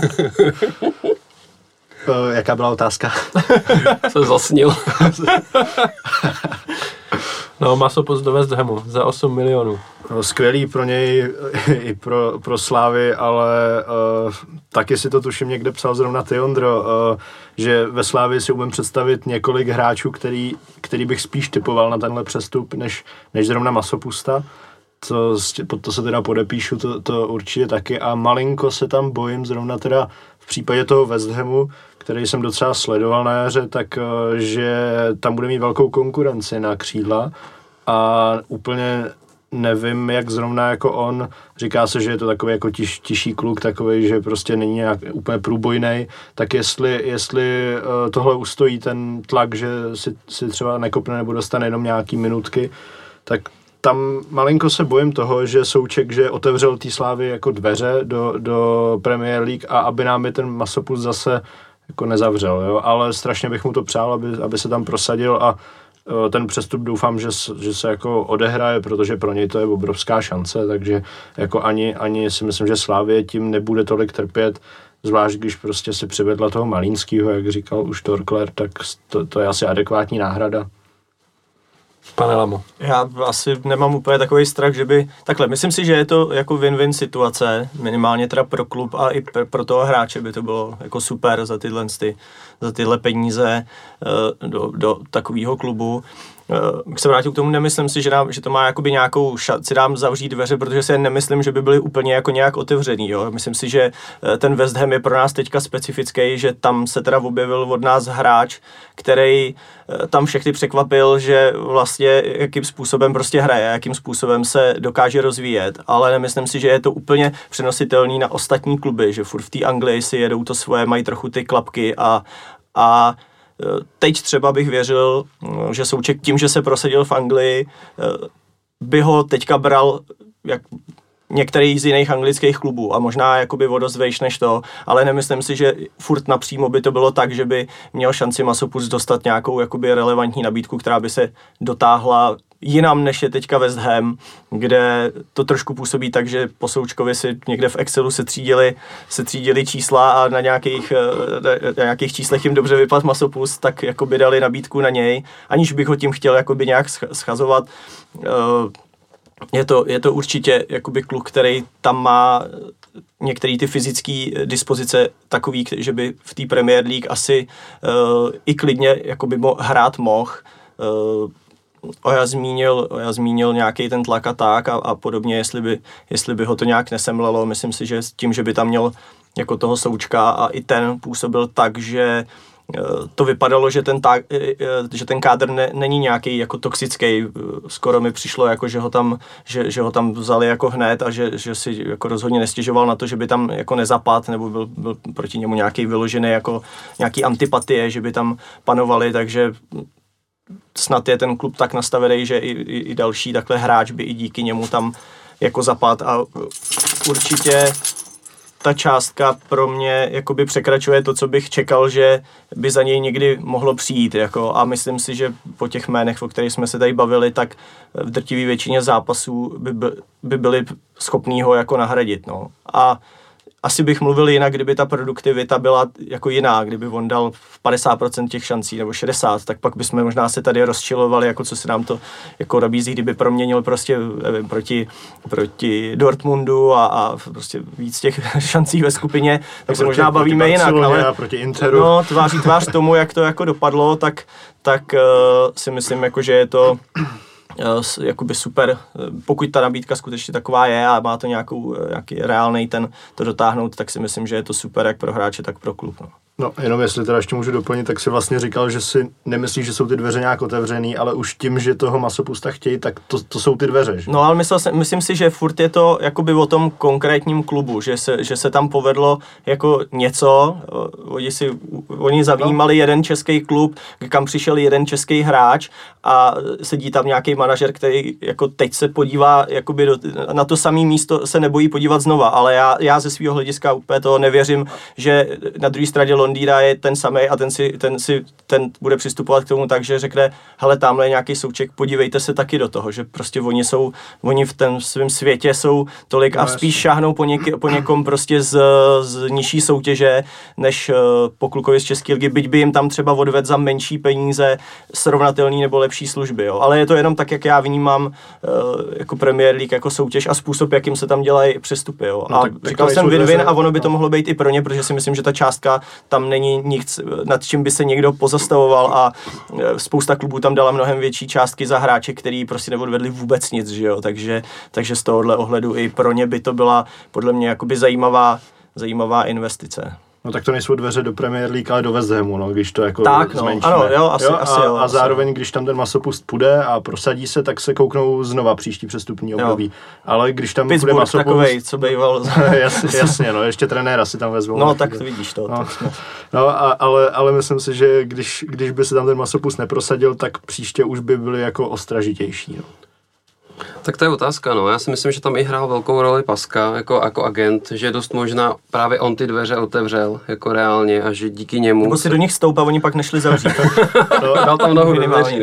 Jaká byla otázka? Se zasnil. No, Masopust do West Hamu za 8 milionů. No, skvělý pro něj i pro Slávy, ale taky si to tuším někde psal zrovna ty, Ondro, že ve Slávii si umím představit několik hráčů, který bych spíš typoval na tenhle přestup, než zrovna Masopusta. To se teda podepíšu, to určitě taky. A malinko se tam bojím zrovna teda v případě toho West Hamu, který jsem docela sledoval na jaře, tak že tam bude mít velkou konkurenci na křídla a úplně nevím, jak zrovna jako on, říká se, že je to takový jako tišší kluk, takový, že prostě není nějak úplně průbojnej, tak jestli tohle ustojí ten tlak, že si třeba nekopne nebo dostane jenom nějaký minutky, tak tam malinko se bojím toho, že Souček, že otevřel té Slávy jako dveře do Premier League a aby nám je ten Masopust zase jako nezavřel, jo? Ale strašně bych mu to přál, aby se tam prosadil a ten přestup doufám, že se jako odehraje, protože pro něj to je obrovská šance, takže jako ani si myslím, že Slávie tím nebude tolik trpět, zvlášť když prostě si přivedla toho Malínskýho, jak říkal už Torkler, tak to je asi adekvátní náhrada. Pane Lamo. Já asi nemám úplně takový strach, že by... Takhle, myslím si, že je to jako win-win situace, minimálně teda pro klub a i pro toho hráče by to bylo jako super za tyhle peníze do takového klubu. Když se vrátil k tomu, nemyslím si, že to má jakoby nějakou šanci dám zavřít dveře, protože si nemyslím, že by byly úplně jako nějak otevřený. Jo? Myslím si, že ten West Ham je pro nás teďka specifický, že tam se teda objevil od nás hráč, který tam všechny překvapil, že vlastně jakým způsobem prostě hraje, jakým způsobem se dokáže rozvíjet, ale nemyslím si, že je to úplně přenositelný na ostatní kluby, že furt v té Anglii si jedou to svoje, mají trochu ty klapky a teď třeba bych věřil, že Souček tím, že se prosadil v Anglii, by ho teďka bral jak některý z jiných anglických klubů a možná jakoby o dost vejš než to, ale nemyslím si, že furt napřímo by to bylo tak, že by měl šanci Masopust dostat nějakou jakoby relevantní nabídku, která by se dotáhla jinam, než je teďka West Ham, kde to trošku působí tak, že po Součkovi si někde v Excelu se třídili čísla a na nějakých číslech jim dobře vypadl Masopust, tak jakoby dali nabídku na něj, aniž bych ho tím chtěl jakoby nějak schazovat. je to určitě jakoby kluk, který tam má některé ty fyzické dispozice takový, že by v té Premier League asi i klidně jakoby hrát mohl. Oja zmínil nějaký ten tlak a tak a podobně, jestli by ho to nějak nesemlelo. Myslím si, že tím, že by tam měl jako toho Součka a i ten působil tak, že to vypadalo, že ten kádr není nějaký jako toxický. Skoro mi přišlo, jako, že ho tam vzali jako hned a že si jako rozhodně nestěžoval na to, že by tam jako nezapad nebo byl proti němu nějaký vyložený jako nějaký antipatie, že by tam panovaly, takže snad je ten klub tak nastavený, že i další takhle hráč by i díky němu tam jako zapad a určitě ta částka pro mě jakoby překračuje to, co bych čekal, že by za něj někdy mohlo přijít. Jako, a myslím si, že po těch jménech, o kterých jsme se tady bavili, tak v drtivé většině zápasů by byli schopní ho jako nahradit. No. A asi bych mluvil jinak, kdyby ta produktivita byla jako jiná, kdyby on dal 50% těch šancí nebo 60%, tak pak bychom možná se tady rozčilovali, jako co se nám to jako nabízí, kdyby proměnil prostě nevím, proti Dortmundu a prostě víc těch šancí ve skupině, tak se možná bavíme jinak, ale proti Interu. No, tvář tomu, jak to jako dopadlo, tak si myslím, jako, že je to jakoby super, pokud ta nabídka skutečně taková je a má to nějaký reálnej to dotáhnout, tak si myslím, že je to super jak pro hráče, tak pro klub. No, jenom jestli teda ještě můžu doplnit, tak si vlastně říkal, že si nemyslíš, že jsou ty dveře nějak otevřený, ale už tím, že toho Masopusta chtějí, tak to jsou ty dveře, že? No, ale myslím si, že furt je to jakoby o tom konkrétním klubu, že se tam povedlo jako něco, oni zavnímali jeden český klub, kam přišel jeden český hráč a sedí tam nějaký manažer, který jako teď se podívá jakoby na to samé místo, se nebojí podívat znova, ale já ze svého hlediska úplně toho nevěřím, že na druhé straně Londýna je ten samej a ten bude přistupovat k tomu tak, že řekne, hele, tamhle je nějaký Souček, podívejte se taky do toho, že prostě oni v tom svém světě jsou tolik a spíš šáhnou po někom prostě z nižší soutěže, než po klukovi z České ligy, byť by jim tam třeba odvedl za menší peníze srovnatelný nebo lepší služby, jo. Ale je to jenom tak, jak já vnímám jako Premier League, jako soutěž a způsob, jakým se tam dělají přestupy, jo. No, a říkal jsem win-win a ono by to mohlo být i pro ně, protože si myslím, že ta částka tam není nic, nad čím by se někdo pozastavoval a spousta klubů tam dala mnohem větší částky za hráče, který prostě neodvedli vůbec nic, že jo, takže z tohohle ohledu i pro ně by to byla podle mě jakoby zajímavá investice. No tak to nejsou dveře do Premier League, ale do West Hamu, no, když to jako tak, no, zmenšíme. Ano, jo, asi jo. A zároveň, když tam ten Masopust půjde a prosadí se, tak se kouknou znova příští přestupní období. Ale když tam Pittsburgh bude Masopust... takovej, co býval. jasně, no, ještě trenéra si tam vezmou. No, tak to vidíš to. No, ale myslím si, že když by se tam ten Masopust neprosadil, tak příště už by byli jako ostražitější, no. Tak to je otázka, no. Já si myslím, že tam i hrál velkou roli Paska jako agent, že dost možná právě on ty dveře otevřel jako reálně a že díky němu... Nebo si do nich stoup a oni pak nešli zavřít. Dal tam nohu do dveří,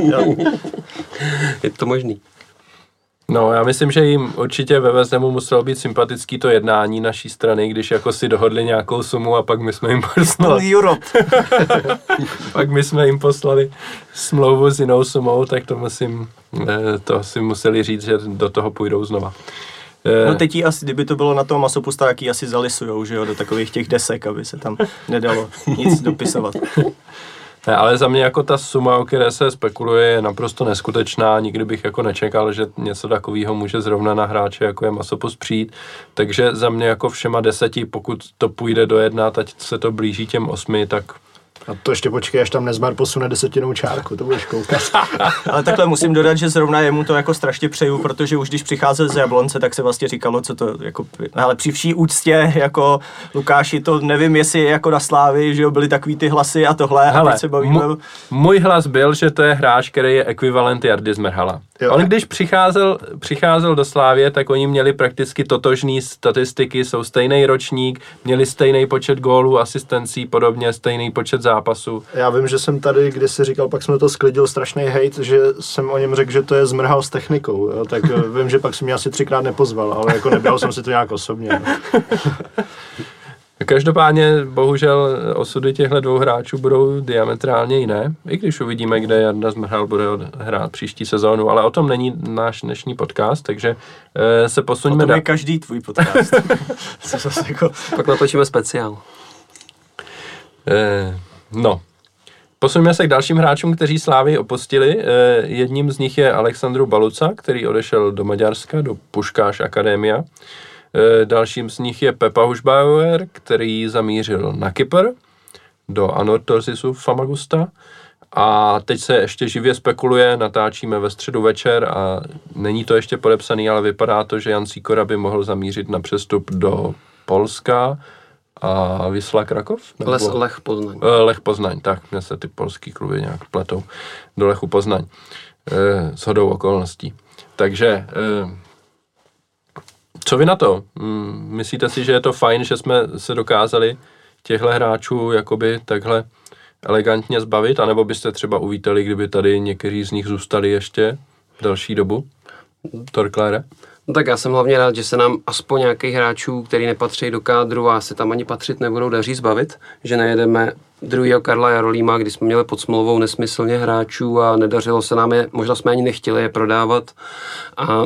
Je to možný. No, já myslím, že jim určitě ve West Hamu muselo být sympatický to jednání naší strany, když jako si dohodli nějakou sumu a pak my jsme jim poslali... pak my jsme jim poslali smlouvu s jinou sumou, tak to si museli říct, že do toho půjdou znova. No teď asi, kdyby to bylo na toho Masopusta, tak ji asi zalisujou, že jo, do takových těch desek, aby se tam nedalo nic dopisovat. Ne, ale za mě jako ta suma, o které se spekuluje, je naprosto neskutečná. Nikdy bych jako nečekal, že něco takového může zrovna na hráče, jako je Masopust, přijít. Takže za mě jako všema 10, pokud to půjde do 1, ať se to blíží těm 8, tak... A to ještě počkej, až tam Nezmar posune 10. čárku, to budeš koukat. Ale takhle musím dodat, že zrovna jemu to jako strašně přeju, protože už když přicházel z Jablonce, tak se vlastně říkalo, co to jako, ale při vší úctě, jako Lukáši, to nevím, jestli jako na Slávy, že jo, byly takový ty hlasy a tohle, hele, a teď se bavíme. Můj hlas byl, že to je hráč, který je ekvivalent Jardy Zmerhala. Jo. On když přicházel do Slávie, tak oni měli prakticky totožný statistiky, jsou stejný ročník, měli stejný počet gólů, asistencí, podobně, stejný počet zápasů. Já vím, že jsem tady, když si říkal, pak jsme to sklidil strašný hejt, že jsem o něm řekl, že to je Zmrhal s technikou, jo? Tak vím, že pak jsem mě asi 3krát nepozval, ale jako nebral jsem si to nějak osobně. Každopádně, bohužel, osudy těchto dvou hráčů budou diametrálně jiné, i když uvidíme, kde Jarda Zmrhal bude hrát příští sezónu, ale o tom není náš dnešní podcast, takže se posuňme... O tom je každý tvůj podcast. Pak natočíme speciál. No. Posuňme se k dalším hráčům, kteří Slávii opustili. Jedním z nich je Alexandru Baluca, který odešel do Maďarska, do Puškáš Akademia. Dalším z nich je Pepa Hušbauer, který zamířil na Kypr, do Anorthosisu Famagusta. A teď se ještě živě spekuluje, natáčíme ve středu večer a není to ještě podepsaný, ale vypadá to, že Jan Sýkora by mohl zamířit na přestup do Polska a Wisla Krakov? Lech Poznaň. Lech Poznaň, tak, mě se ty polský kluby nějak pletou do Lechu Poznaň. Shodou okolností. Takže, co vy na to? Myslíte si, že je to fajn, že jsme se dokázali těchto hráčů jakoby takhle elegantně zbavit, anebo byste třeba uvítali, kdyby tady někteří z nich zůstali ještě další dobu? Torklére? No tak já jsem hlavně rád, že se nám aspoň nějakých hráčů, který nepatří do kádru a se tam ani patřit nebudou, daří zbavit, že nejedeme druhýho Karla Jarolíma, kdy jsme měli pod smlouvou nesmyslně hráčů a nedařilo se nám je, možná jsme ani nechtěli je prodávat a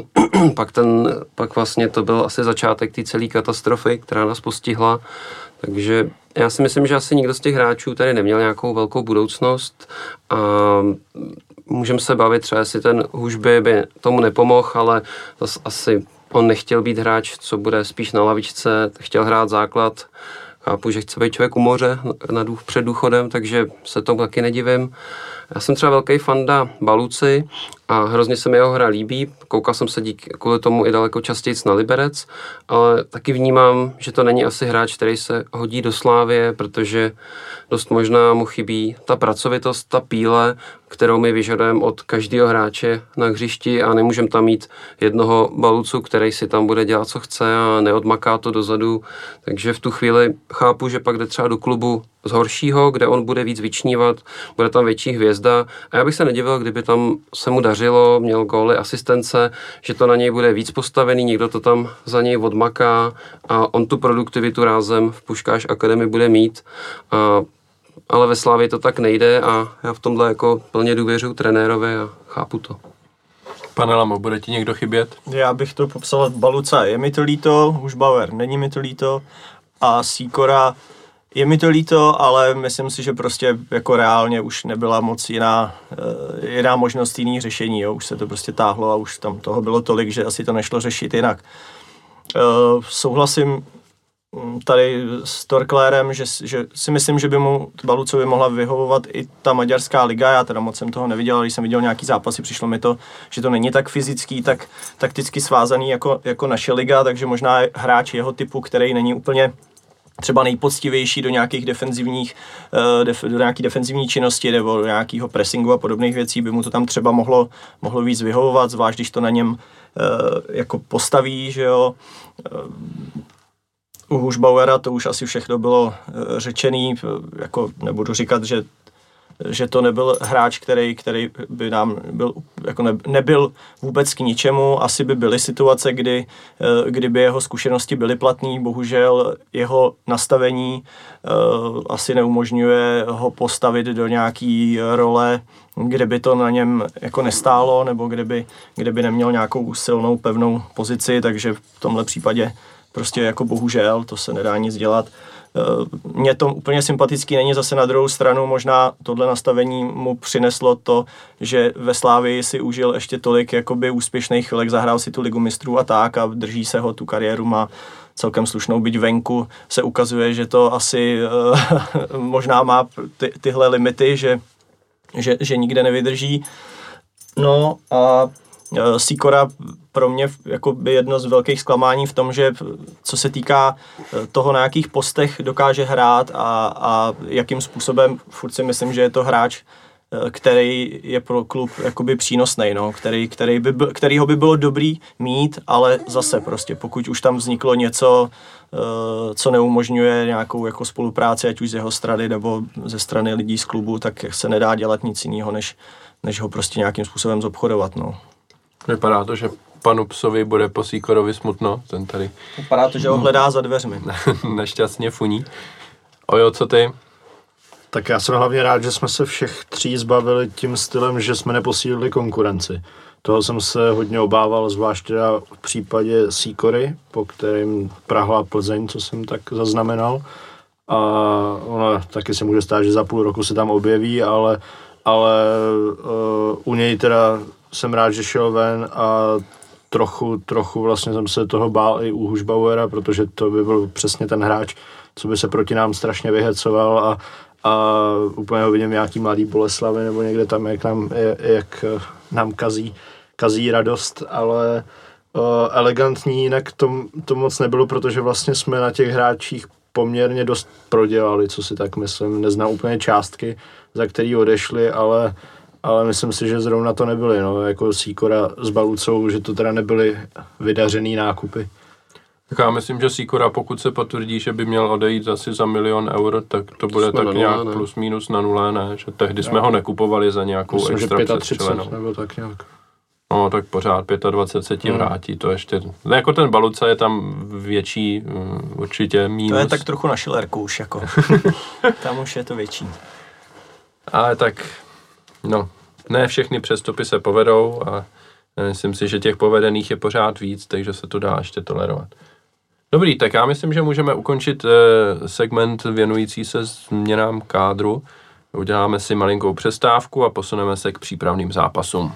pak vlastně to byl asi začátek té celé katastrofy, která nás postihla, takže já si myslím, že asi nikdo z těch hráčů tady neměl nějakou velkou budoucnost a můžeme se bavit třeba, jestli ten Hušby by tomu nepomohl, ale zase asi on nechtěl být hráč, co bude spíš na lavičce, chtěl hrát základ. Chápu, že chce být člověk u moře před důchodem, takže se tomu taky nedivím. Já jsem třeba velký fanda Baluci a hrozně se mi jeho hra líbí. Koukal jsem se kvůli tomu i daleko častěji na Liberec, ale taky vnímám, že to není asi hráč, který se hodí do Slávie, protože dost možná mu chybí ta pracovitost, ta píle, kterou my vyžadujeme od každého hráče na hřišti a nemůžeme tam mít jednoho Balucu, který si tam bude dělat, co chce a neodmaká to dozadu. Takže v tu chvíli chápu, že pak jde třeba do klubu z horšího, kde on bude víc vyčnívat, bude tam větší hvězda a já bych se nedivil, kdyby tam se mu dařilo, měl góly, asistence, že to na něj bude víc postavený, někdo to tam za něj odmaká a on tu produktivitu rázem v Puškáš Akademii bude mít. Ale ve Slávii to tak nejde a já v tomhle jako plně důvěřuji trenérovi a chápu to. Pane Lamo, bude ti někdo chybět? Já bych to popsal Baluca. Je mi to líto, Hušbauer není mi to líto a Sýkora je mi to líto, ale myslím si, že prostě jako reálně už nebyla moc jiná možnost, jiný řešení. Jo. Už se to prostě táhlo a už tam toho bylo tolik, že asi to nešlo řešit jinak. Souhlasím tady s Torklérem, že si myslím, že by mu Balucovi mohla vyhovovat i ta maďarská liga. Já teda moc jsem toho neviděl, ale když jsem viděl nějaký zápasy, přišlo mi to, že to není tak fyzický, tak takticky svázaný jako naše liga, takže možná hráč jeho typu, který není úplně třeba nejpoctivější do nějakých do nějaký defenzivní činnosti nebo do nějakého pressingu a podobných věcí, by mu to tam třeba mohlo víc vyhovovat, zvlášť když to na něm jako postaví, že jo. U Hušbauera to už asi všechno bylo řečený, jako nebudu říkat, že to nebyl hráč, který by nám byl, jako nebyl vůbec k ničemu. Asi by byly situace, kdyby jeho zkušenosti byly platný. Bohužel jeho nastavení asi neumožňuje ho postavit do nějaký role, kde by to na něm jako nestálo, nebo kde by neměl nějakou silnou, pevnou pozici, takže v tomhle případě prostě jako bohužel, to se nedá nic dělat. Mně to úplně sympatický není, zase na druhou stranu možná tohle nastavení mu přineslo to, že ve Slávii si užil ještě tolik jakoby úspěšných chvilek, zahrál si tu ligu mistrů a tak a drží se ho, tu kariéru má celkem slušnou, byť venku se ukazuje, že to asi možná má tyhle limity, že nikde nevydrží. No a Sýkora pro mě jako by jedno z velkých zklamání v tom, že co se týká toho, na jakých postech dokáže hrát a jakým způsobem, furt si myslím, že je to hráč, který je pro klub jakoby přínosnej, no, kterýho by bylo dobrý mít, ale zase prostě, pokud už tam vzniklo něco, co neumožňuje nějakou jako spolupráci, ať už z jeho strany nebo ze strany lidí z klubu, tak se nedá dělat nic jiného, než ho prostě nějakým způsobem zobchodovat, no. Vypadá to, že panu psovi bude po Sýkorovi smutno, ten tady Vypadá to, že ho hledá za dveřmi. nešťastně funí. Ojo, co ty? Tak já jsem hlavně rád, že jsme se všech tří zbavili tím stylem, že jsme neposílili konkurenci. Toho jsem se hodně obával, zvlášť teda v případě Sýkory, po kterým prahla Plzeň, co jsem tak zaznamenal. A ono taky se může stát, že za půl roku se tam objeví, ale u něj teda jsem rád, že šel ven a trochu vlastně jsem se toho bál i u Hušbauera, protože to by byl přesně ten hráč, co by se proti nám strašně vyhecoval a úplně ho vidím nějaký mladý Boleslavy nebo někde tam, jak nám kazí radost, ale elegantní jinak to moc nebylo, protože vlastně jsme na těch hráčích poměrně dost prodělali, co si tak myslím. Neznám úplně částky, za který odešli, ale myslím si, že zrovna to nebyly, no, jako Sýkora s Balucou, že to teda nebyly vydařený nákupy. Tak já myslím, že Sýkora, pokud se potvrdí, že by měl odejít asi za 1 000 000 eur, tak to bude tak nějak plus minus na nule, ne? Že tehdy jsme ho nekupovali za nějakou myslím, extra přestřelenou. Nebo tak nějak. No, tak pořád 25 se ti vrátí, to ještě... Ne, jako ten Baluca je tam větší, určitě mínus. To je tak trochu na Schillerku už, jako. Tam už je to větší. Ale tak, no, ne všechny přestupy se povedou a myslím si, že těch povedených je pořád víc, takže se to dá ještě tolerovat. Dobrý, tak já myslím, že můžeme ukončit segment věnující se změnám kádru. Uděláme si malinkou přestávku a posuneme se k přípravným zápasům.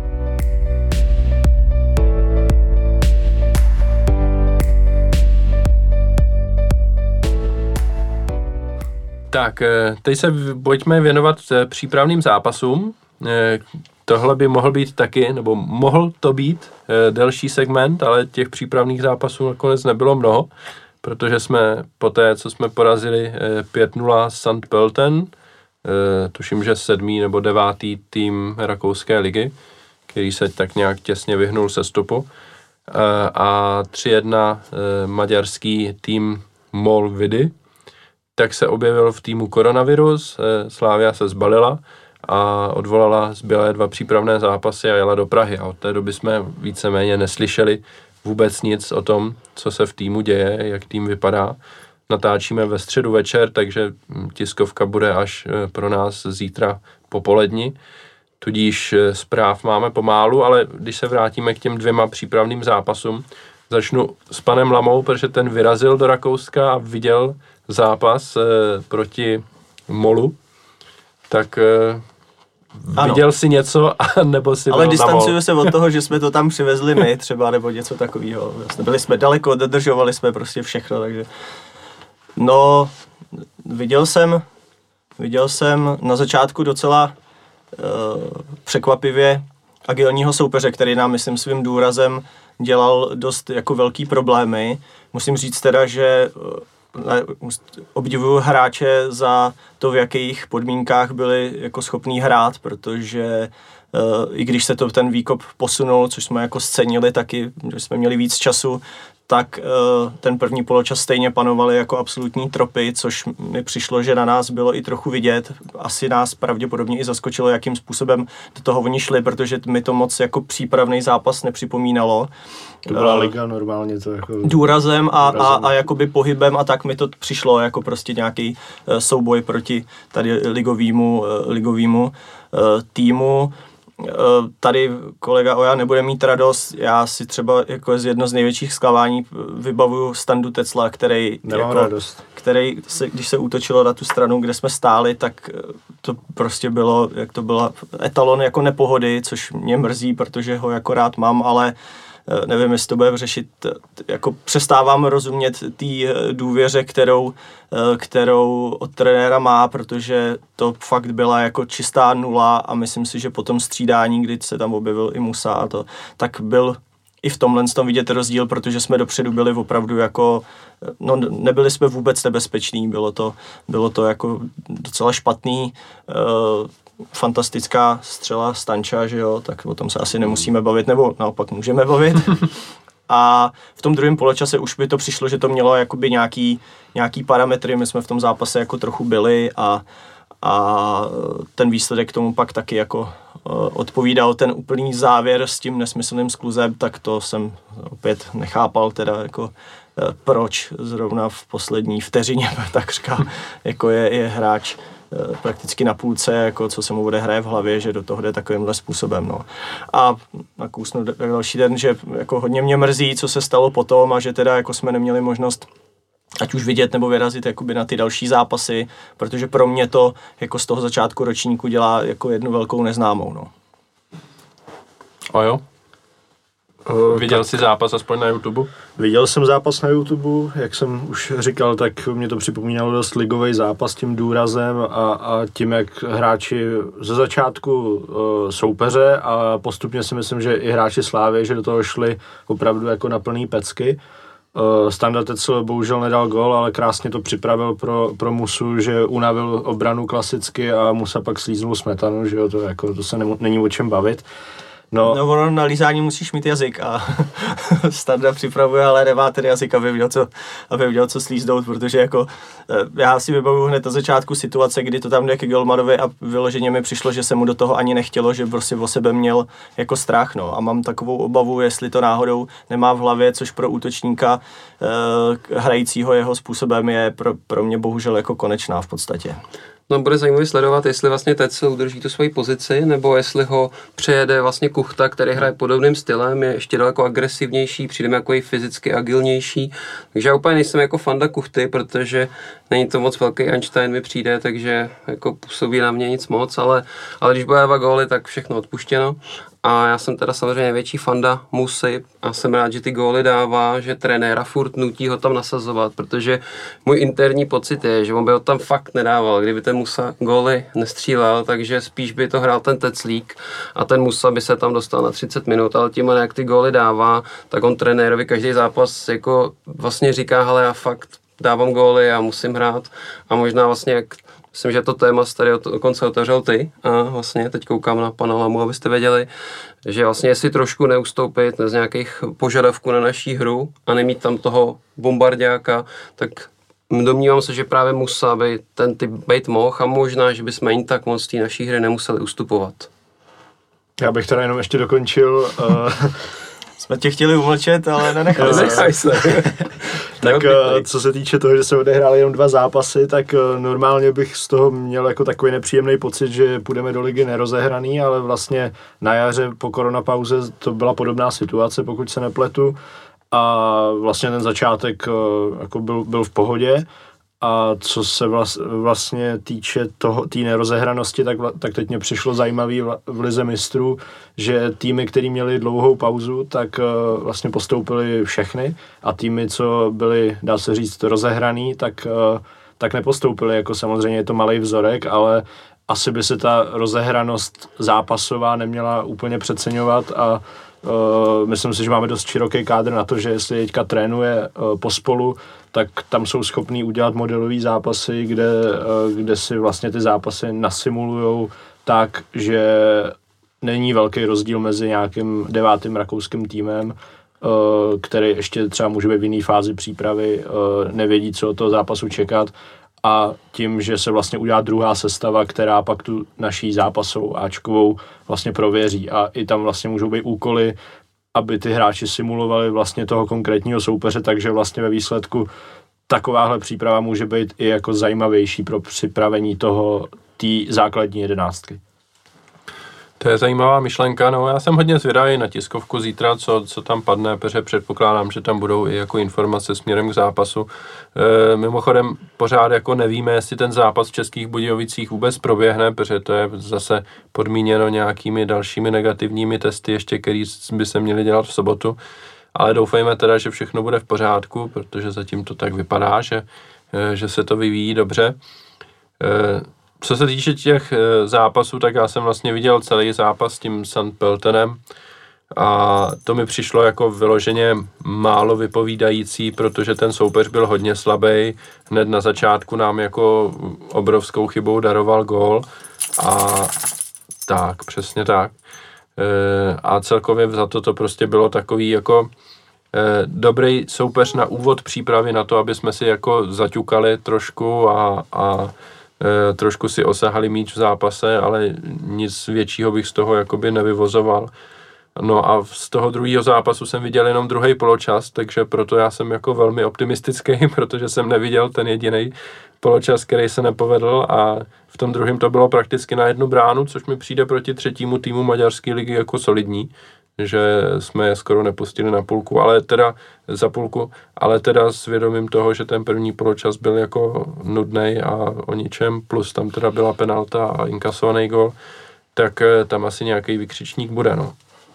Tak, teď se pojďme věnovat přípravným zápasům. Tohle by mohl být taky, nebo mohl to být delší segment, ale těch přípravných zápasů nakonec nebylo mnoho, protože jsme poté, co jsme porazili 5-0 St. Pölten, tuším, že 7. nebo 9. tým rakouské ligy, který se tak nějak těsně vyhnul sestupu, a 3-1 maďarský tým MOL Vidy, tak se objevil v týmu koronavirus, Slavia se zbalila a odvolala zbylé 2 přípravné zápasy a jela do Prahy. A od té doby jsme víceméně neslyšeli vůbec nic o tom, co se v týmu děje, jak tým vypadá. Natáčíme ve středu večer, takže tiskovka bude až pro nás zítra popoledni. Tudíž zpráv máme pomálu, ale když se vrátíme k těm 2 přípravným zápasům, začnu s panem Lamou, protože ten vyrazil do Rakouska a viděl zápas proti Molu, tak viděl si něco, nebo si ale byl distancuju se od toho, že jsme to tam přivezli my třeba, nebo něco takového. Vlastně byli jsme daleko, dodržovali jsme prostě všechno, takže... No, viděl jsem na začátku docela překvapivě agilního soupeře, který nám, myslím, svým důrazem dělal dost jako velký problémy. Musím říct teda, že obdivuju hráče za to, v jakých podmínkách byli jako schopní hrát, protože i když se to ten výkop posunul, což jsme jako scenili taky, že jsme měli víc času, tak ten první poločas stejně panovaly jako absolutní tropy, což mi přišlo, že na nás bylo i trochu vidět. Asi nás pravděpodobně i zaskočilo, jakým způsobem do toho oni šli, protože mi to moc jako přípravný zápas nepřipomínalo. To byla liga normálně to jako... Důrazem a jakoby pohybem a tak mi to přišlo jako prostě nějaký souboj proti tady ligovému týmu. Tady kolega Oja nebude mít radost, já si třeba jako jedno z největších zklamání vybavuju Standu Tecla, který když se útočilo na tu stranu, kde jsme stáli, tak to prostě bylo, jak to byla etalon jako nepohody, což mě mrzí, protože ho jako rád mám, ale nevím, jestli to bude řešit, jako přestávám rozumět té důvěře, kterou od trenéra má, protože to fakt byla jako čistá nula a myslím si, že po tom střídání, kdy se tam objevil i Musa a to, tak byl i v tomhle tom vidět rozdíl, protože jsme dopředu byli opravdu jako, no nebyli jsme vůbec nebezpeční, bylo to jako docela špatný, fantastická střela Stanča, že jo, tak o tom se asi nemusíme bavit, nebo naopak můžeme bavit. A v tom druhém poločase už by to přišlo, že to mělo jakoby nějaký parametry, my jsme v tom zápase jako trochu byli a ten výsledek tomu pak taky jako odpovídal ten úplný závěr s tím nesmyslným skluzem, tak to jsem opět nechápal teda jako proč zrovna v poslední vteřině takřka jako je hráč prakticky na půlce, jako co se mu odehraje v hlavě, že do toho jde takovýmhle způsobem. No. A nakousnu další den, že jako hodně mě mrzí, co se stalo potom a že teda jako jsme neměli možnost ať už vidět nebo vyrazit jakoby na ty další zápasy, protože pro mě to jako z toho začátku ročníku dělá jako jednu velkou neznámou. No. A jo? Viděl jsi zápas aspoň na YouTube? Viděl jsem zápas na YouTube, jak jsem už říkal, tak mě to připomínalo dost ligový zápas tím důrazem a tím, jak hráči ze začátku soupeře a postupně si myslím, že i hráči Slávy, že do toho šli opravdu jako na plný pecky. Standa Tecl bohužel nedal gól, ale krásně to připravil pro Musu, že unavil obranu klasicky a Musa pak slíznul smetanu, že jo, to se není o čem bavit. No ono na lízání musíš mít jazyk a Standa připravuje, ale nemá ten jazyk, aby měl co slíznout, protože jako já si vybavuju hned na začátku situace, kdy to tam jde k Golmanovi a vyloženě mi přišlo, že se mu do toho ani nechtělo, že prostě o sebe měl jako strach, no. A mám takovou obavu, jestli to náhodou nemá v hlavě, což pro útočníka hrajícího jeho způsobem je pro mě bohužel jako konečná v podstatě. No, bude zajímavý sledovat, jestli vlastně Tecl udrží tu svoji pozici, nebo jestli ho přejede vlastně Kuchta, který hraje podobným stylem, je ještě daleko agresivnější, přijde mi jako i fyzicky agilnější. Takže já úplně nejsem jako fanda Kuchty, protože není to moc velký Einstein mi přijde, takže jako působí na mě nic moc, ale když bude dávat góly, tak všechno odpuštěno. A já jsem teda samozřejmě největší fanda Musy a jsem rád, že ty góly dává, že trenéra furt nutí ho tam nasazovat, protože můj interní pocit je, že on by ho tam fakt nedával, kdyby ten Musa góly nestřílel, takže spíš by to hrál ten Teclík a ten Musa by se tam dostal na 30 minut, ale tím, jak ty góly dává, tak on trenérovi každý zápas jako vlastně říká, hele, já fakt dávám góly a musím hrát a možná vlastně jak myslím, že to téma jsi tady dokonce otevřel ty a vlastně teď koukám na pana Lamu, abyste věděli, že vlastně jestli trošku neustoupit z nějakých požadavků na naší hru a nemít tam toho bombardáka, tak domnívám se, že právě Musa by ten typ být mohl a možná, že bychom jen tak moc té naší hry nemuseli ustupovat. Já bych teda jenom ještě dokončil. Jsme tě chtěli umlčet, ale nenechali se. Tak co se týče toho, že se odehrály jenom 2 zápasy, tak normálně bych z toho měl jako takový nepříjemný pocit, že půjdeme do ligy nerozehraný, ale vlastně na jaře po koronapauze to byla podobná situace, pokud se nepletu. A vlastně ten začátek jako byl v pohodě. A co se vlastně týče té nerozehranosti, tak teď mě přišlo zajímavý v Lize mistrů, že týmy, které měly dlouhou pauzu, tak vlastně postoupily všechny a týmy, co byly, dá se říct, rozehraný, tak nepostoupily. Jako samozřejmě je to malej vzorek, ale asi by se ta rozehranost zápasová neměla úplně přeceňovat a myslím si, že máme dost široký kádr na to, že jestli teďka trénuje pospolu, tak tam jsou schopní udělat modelový zápasy, kde si vlastně ty zápasy nasimulujou tak, že není velký rozdíl mezi nějakým 9. rakouským týmem, který ještě třeba může být v jiné fázi přípravy, nevědí, co od toho zápasu čekat, a tím, že se vlastně udělá druhá sestava, která pak tu naší zápasovou áčkovou vlastně prověří a i tam vlastně můžou být úkoly, aby ty hráči simulovali vlastně toho konkrétního soupeře, takže vlastně ve výsledku takováhle příprava může být i jako zajímavější pro připravení té základní 11. To je zajímavá myšlenka, no já jsem hodně zvědavý na tiskovku zítra, co tam padne, protože předpokládám, že tam budou i jako informace směrem k zápasu. Mimochodem pořád jako nevíme, jestli ten zápas v Českých Budějovicích vůbec proběhne, protože to je zase podmíněno nějakými dalšími negativními testy ještě, které by se měly dělat v sobotu, ale doufejme teda, že všechno bude v pořádku, protože zatím to tak vypadá, že se to vyvíjí dobře. Co se týče těch zápasů, tak já jsem vlastně viděl celý zápas s tím St. Pöltenem a to mi přišlo jako vyloženě málo vypovídající, protože ten soupeř byl hodně slabý. Hned na začátku nám jako obrovskou chybou daroval gól a tak, přesně tak. A celkově za to prostě bylo takový jako dobrý soupeř na úvod přípravy na to, aby jsme si jako zaťukali trošku a trošku si osahali míč v zápase, ale nic většího bych z toho jakoby nevyvozoval. No a z toho druhého zápasu jsem viděl jenom druhý poločas, takže proto já jsem jako velmi optimistický, protože jsem neviděl ten jediný poločas, který se nepovedl a v tom druhém to bylo prakticky na jednu bránu, což mi přijde proti třetímu týmu maďarské ligy jako solidní, že jsme je skoro nepustili na půlku, za půlku, ale teda s vědomím toho, že ten první poločas byl jako nudnej a o ničem, plus tam teda byla penalta a inkasovaný gol, tak tam asi nějaký vykřičník bude, no.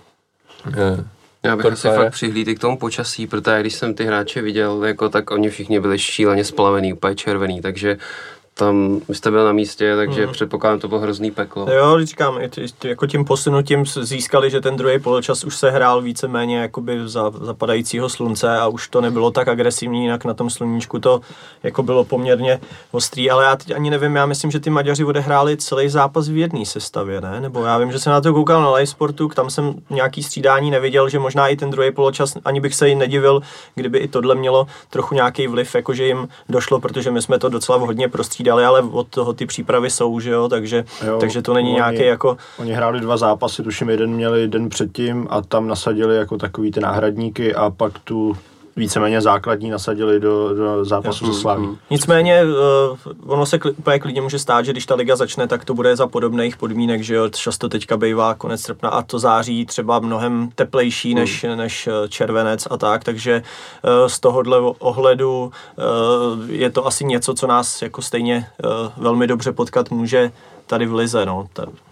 Já bych asi fakt přihlídl k tomu počasí, protože když jsem ty hráče viděl, jako, tak oni všichni byli šíleně splavený, úplně červený, takže tam jste byl na místě, takže předpokládám, to bylo hrozný peklo. Jo, říkám, jako tím posunutím získali, že ten druhý poločas už se hrál víceméně jakoby za zapadajícího slunce a už to nebylo tak agresivní, jinak na tom sluníčku to jako bylo poměrně ostrý, ale já teď ani nevím, já myslím, že ty Maďaři odehráli celý zápas v jedné sestavě, ne? Nebo já vím, že jsem na to koukal na live sportu, tam jsem nějaký střídání neviděl, že možná i ten druhý poločas, ani bych se jí nedivil, kdyby i tohle mělo trochu nějaký vliv, jakože jim došlo, protože my jsme to docela hodně prostřídali, ale od toho ty přípravy jsou, že jo, takže to není nějaký jako... Oni hráli 2 zápasy, tuším jeden měli den předtím a tam nasadili jako takový ty náhradníky a pak tu víceméně základní nasadili do zápasu se Slaví. Nicméně ono se úplně klidně může stát, že když ta liga začne, tak to bude za podobných podmínek, že jo, často teďka bývá konec srpna a to září třeba mnohem teplejší než červenec a tak, takže z tohohle ohledu je to asi něco, co nás jako stejně velmi dobře potkat může tady v lize, no.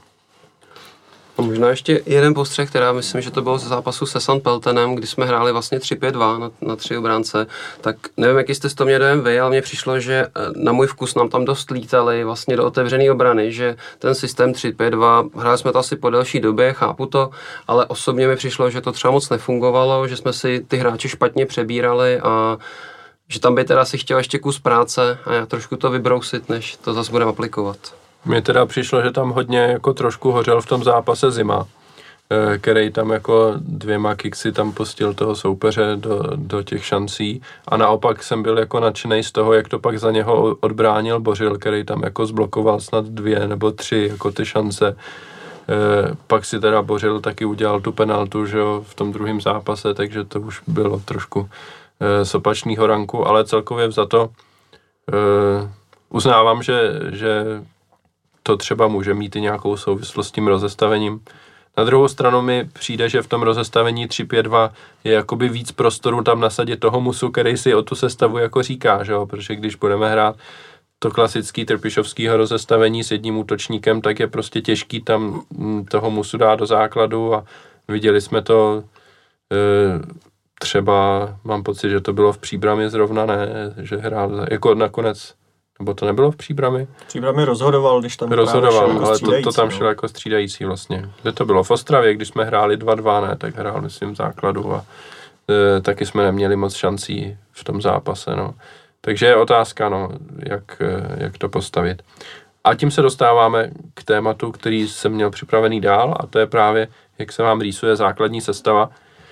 A možná ještě jeden postřeh, která myslím, že to bylo ze zápasu se St. Pöltenem, kdy jsme hráli vlastně 3-5-2 na 3 obránce, tak nevím, jaký jste z toho měli dojem vy, ale mně přišlo, že na můj vkus nám tam dost lítali vlastně do otevřené obrany, že ten systém 3-5-2, hráli jsme to asi po delší době, chápu to, ale osobně mi přišlo, že to třeba moc nefungovalo, že jsme si ty hráče špatně přebírali a že tam by teda si chtěl ještě kus práce a já trošku to vybrousit, než to zase budeme aplikovat. Mně teda přišlo, že tam hodně jako trošku hořel v tom zápase Zima, který tam jako 2 kiksy tam pustil toho soupeře do těch šancí a naopak jsem byl jako nadšenej z toho, jak to pak za něho odbránil Bořil, který tam jako zblokoval snad 2 nebo 3 jako ty šance. Pak si teda Bořil taky udělal tu penaltu, že jo, v tom druhém zápase, takže to už bylo trošku z opačného ranku, ale celkově vzato uznávám, že to třeba může mít i nějakou souvislost s tím rozestavením. Na druhou stranu mi přijde, že v tom rozestavení 3-5-2 je jakoby víc prostoru tam nasadit toho musu, který si o tu sestavu jako říká, že jo? Protože když budeme hrát to klasický trpišovského rozestavení s jedním útočníkem, tak je prostě těžký tam toho musu dát do základu a viděli jsme to třeba, mám pocit, že to bylo v Příbrami zrovna, ne, že hrál jako nakonec. Nebo to nebylo v Příbrami? Příbrami rozhodoval, když tam rozhodoval, jako ale to tam šel jako střídající vlastně. Kde to bylo? V Ostravě, když jsme hráli 2-2, ne, tak hrál, myslím, v základu a taky jsme neměli moc šancí v tom zápase, no. Takže je otázka, no, jak to postavit. A tím se dostáváme k tématu, který jsem měl připravený dál a to je právě, jak se vám rýsuje základní sestava.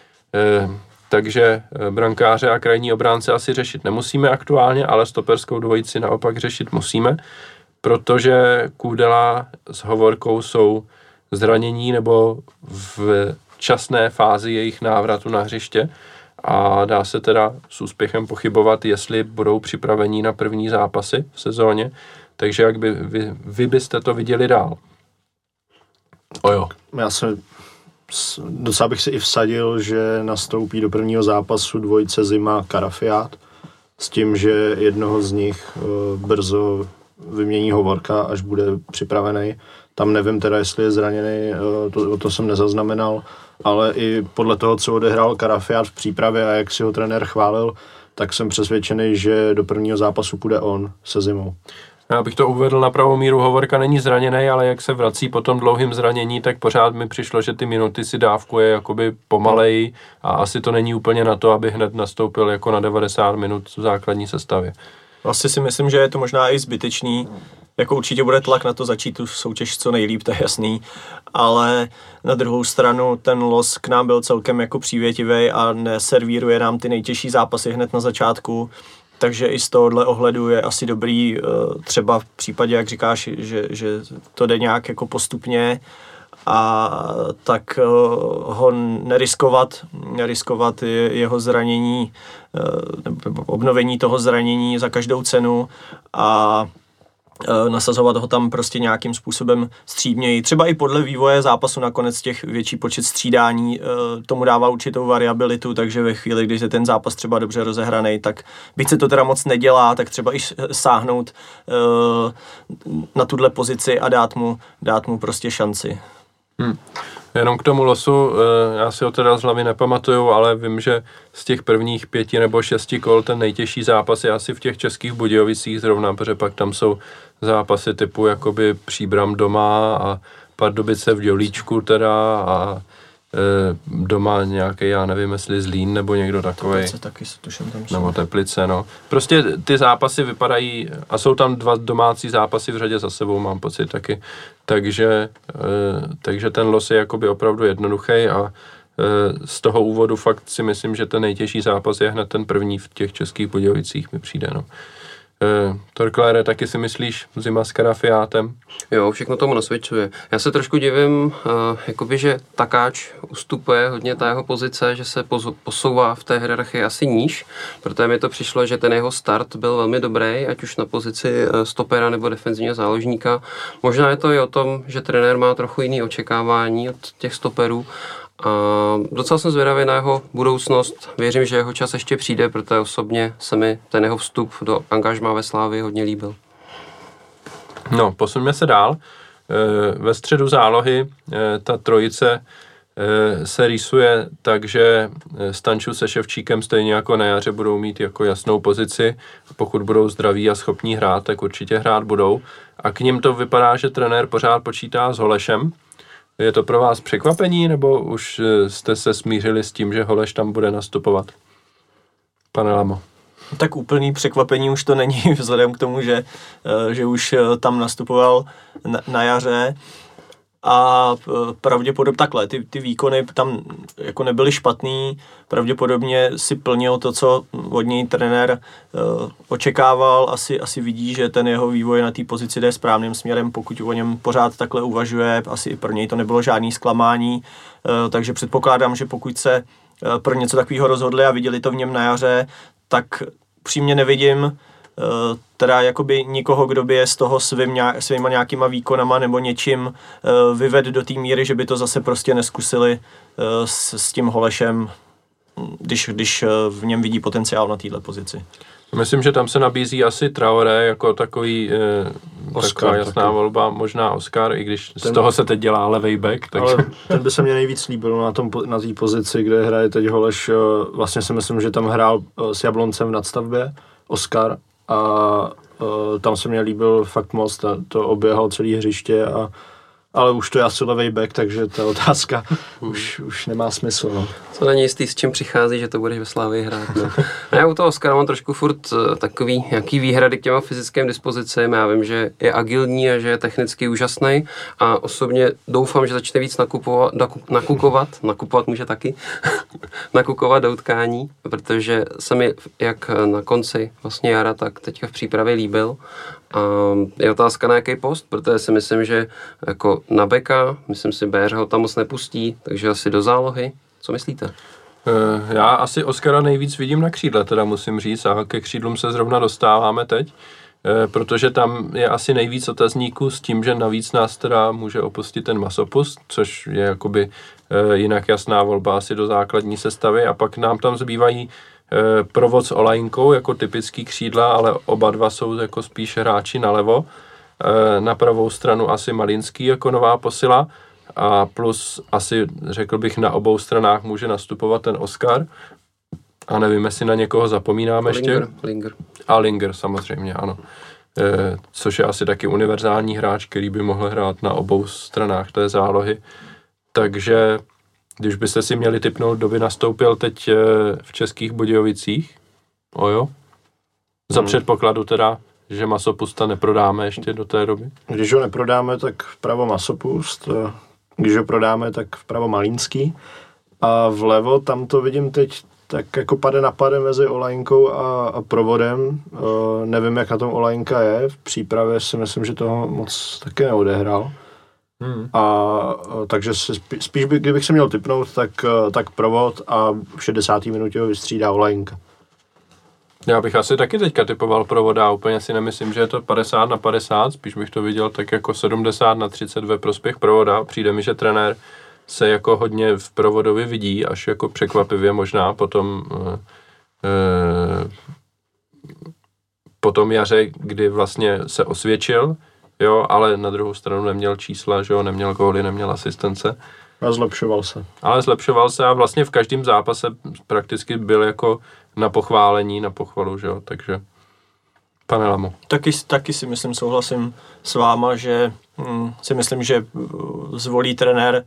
Takže brankáře a krajní obránce asi řešit nemusíme aktuálně, ale stoperskou dvojici naopak řešit musíme, protože Kůdela s Hovorkou jsou zranění nebo v časné fázi jejich návratu na hřiště a dá se teda s úspěchem pochybovat, jestli budou připravení na první zápasy v sezóně, takže jak by vy byste to viděli dál? Ojo. Docela bych si i vsadil, že nastoupí do prvního zápasu dvojice Zima Karafiát s tím, že jednoho z nich brzo vymění Hovorka, až bude připravený. Tam nevím teda, jestli je zraněný, to jsem nezaznamenal, ale i podle toho, co odehrál Karafiát v přípravě a jak si ho trenér chválil, tak jsem přesvědčený, že do prvního zápasu půjde on se Zimou. Já bych to uvedl na pravou míru, Hovorka není zraněný, ale jak se vrací po tom dlouhým zranění, tak pořád mi přišlo, že ty minuty si dávkuje jakoby pomaleji a asi to není úplně na to, aby hned nastoupil jako na 90 minut v základní sestavě. Vlastně si myslím, že je to možná i zbytečný, jako určitě bude tlak na to začít tu soutěž co nejlíp, to je jasný, ale na druhou stranu ten los k nám byl celkem jako přívětivý a neservíruje nám ty nejtěžší zápasy hned na začátku. takže i z tohohle ohledu je asi dobrý třeba v případě, jak říkáš, že to jde nějak jako postupně, a tak ho neriskovat jeho zranění, nebo obnovení toho zranění za každou cenu a nasazovat ho tam prostě nějakým způsobem střídněji. Třeba i podle vývoje zápasu nakonec těch větší počet střídání tomu dává určitou variabilitu, takže ve chvíli, když je ten zápas třeba dobře rozehraný, tak byť se to teda moc nedělá, tak třeba i sáhnout na tuhle pozici a dát mu prostě šanci. Jenom k tomu losu, já si ho teda z hlavy nepamatuju, ale vím, že z těch prvních 5 nebo 6 kol ten nejtěžší zápas je asi v těch Českých Budějovicích zrovna, protože pak tam jsou zápasy typu jakoby Příbram doma a Pardubice v Dělíčku teda a doma nějaký, já nevím, jestli Zlín nebo někdo takovej. Teplice taky se tuším tam jsou. Nebo Teplice, no. Prostě ty zápasy vypadají, a jsou tam 2 domácí zápasy v řadě za sebou, mám pocit taky. Takže ten los je jakoby opravdu jednoduchý a z toho úvodu fakt si myslím, že ten nejtěžší zápas je hned ten první v těch Českých Budějovicích, mi přijde, no. Torklére, taky si myslíš zima s Karafiátem? Jo, všechno tomu nasvědčuje. Já se trošku divím, jakoby, že Takáč ustupuje hodně ta jeho pozice, že se posouvá v té hierarchii asi níž, protože mi to přišlo, že ten jeho start byl velmi dobrý, ať už na pozici stopera nebo defenzivního záložníka. Možná je to i o tom, že trenér má trochu jiný očekávání od těch stoperů. A docela jsem zvědavý na jeho budoucnost. Věřím, že jeho čas ještě přijde, protože osobně se mi ten jeho vstup do angažmá ve Slávii hodně líbil. No, posuňme se dál. Ve středu zálohy ta trojice se rýsuje tak, že Stanču se Ševčíkem stejně jako na jaře budou mít jako jasnou pozici. Pokud budou zdraví a schopní hrát, tak určitě hrát budou. A k nim to vypadá, že trenér pořád počítá s Holešem. Je to pro vás překvapení, nebo už jste se smířili s tím, že Holeš tam bude nastupovat? Pane Lamo. Tak úplný překvapení už to není, vzhledem k tomu, že už tam nastupoval na jaře. A pravděpodobně takhle, ty výkony tam jako nebyly špatný, pravděpodobně si plnil to, co od něj trenér očekával, asi vidí, že ten jeho vývoj na té pozici jde správným směrem, pokud o něm pořád takhle uvažuje, asi i pro něj to nebylo žádný zklamání, takže předpokládám, že pokud se pro něco takového rozhodli a viděli to v něm na jaře, tak přímě nevidím teda jakoby nikoho, kdo by je z toho svýma nějakýma výkonama nebo něčím vyved do té míry, že by to zase prostě neskusili s tím Holešem, když v něm vidí potenciál na této pozici. Myslím, že tam se nabízí asi Traoré jako takový taková jasná taky volba, možná Oscar, i když z toho se teď dělá levej back. Takže. Ale ten by se mě nejvíc líbil na té pozici, kde hraje teď Holeš. Vlastně si myslím, že tam hrál s Jabloncem v nadstavbě Oscar a tam se mě líbil fakt moc, to oběhal celý hřiště, ale už to je asi levej back, takže ta otázka už nemá smysl. No. To není jistý, s čím přichází, že to budeš ve Slávii hrát. No. A já u toho Oscara mám trošku furt takový nějaký výhrady k těma fyzickým dispozicím. Já vím, že je agilní a že je technicky úžasný a osobně doufám, že začne víc nakukovat může taky, nakukovat do utkání, protože se mi jak na konci vlastně jara, tak teďka v přípravě líbil. A je otázka na jaký post, protože si myslím, že jako na beka, myslím si, Béř ho tam moc nepustí, takže asi do zálohy. Co myslíte? Já asi Oscara nejvíc vidím na křídle, teda musím říct, a ke křídlům se zrovna dostáváme teď, protože tam je asi nejvíc otazníků s tím, že navíc nás teda může opustit ten Masopust, což je jakoby jinak jasná volba asi do základní sestavy, a pak nám tam zbývají Provod s Olajnkou jako typický křídla, ale oba dva jsou jako spíš hráči nalevo. Na pravou stranu asi Malinský jako nová posila a plus asi řekl bych na obou stranách může nastupovat ten Oscar. A nevím, jestli na někoho zapomínáme ještě. Linger. A Linger samozřejmě, ano. Což je asi taky univerzální hráč, který by mohl hrát na obou stranách té zálohy. Takže když byste si měli tipnout, kdo by nastoupil teď v Českých Budějovicích, ojo, za předpokladu teda, že Masopusta neprodáme ještě do té doby. Když ho neprodáme, tak vpravo Masopust, když ho prodáme, tak vpravo Malínský a vlevo tam to vidím teď tak jako pade na pade mezi Olajnkou a Provodem. Nevím, jak na tom Olajnka je. V přípravě si myslím, že toho moc taky neodehrál. Takže spíš kdybych se měl tipnout, tak Provod a v 60. minutě ho vystřídá Olajnka. Já bych asi taky teďka typoval Provoda, úplně si nemyslím, že je to 50/50, spíš bych to viděl tak jako 70/30 ve prospěch Provoda. Přijde mi, že trenér se jako hodně v Provodovi vidí, až jako překvapivě možná po tom jaře, kdy vlastně se osvědčil, jo, ale na druhou stranu neměl čísla, že jo, neměl góly, neměl asistence. A zlepšoval se. Ale zlepšoval se a vlastně v každém zápase prakticky byl jako na pochválení, na pochvalu, že jo, takže pane Lamo. Taky si myslím, souhlasím s váma, že si myslím, že zvolí trenér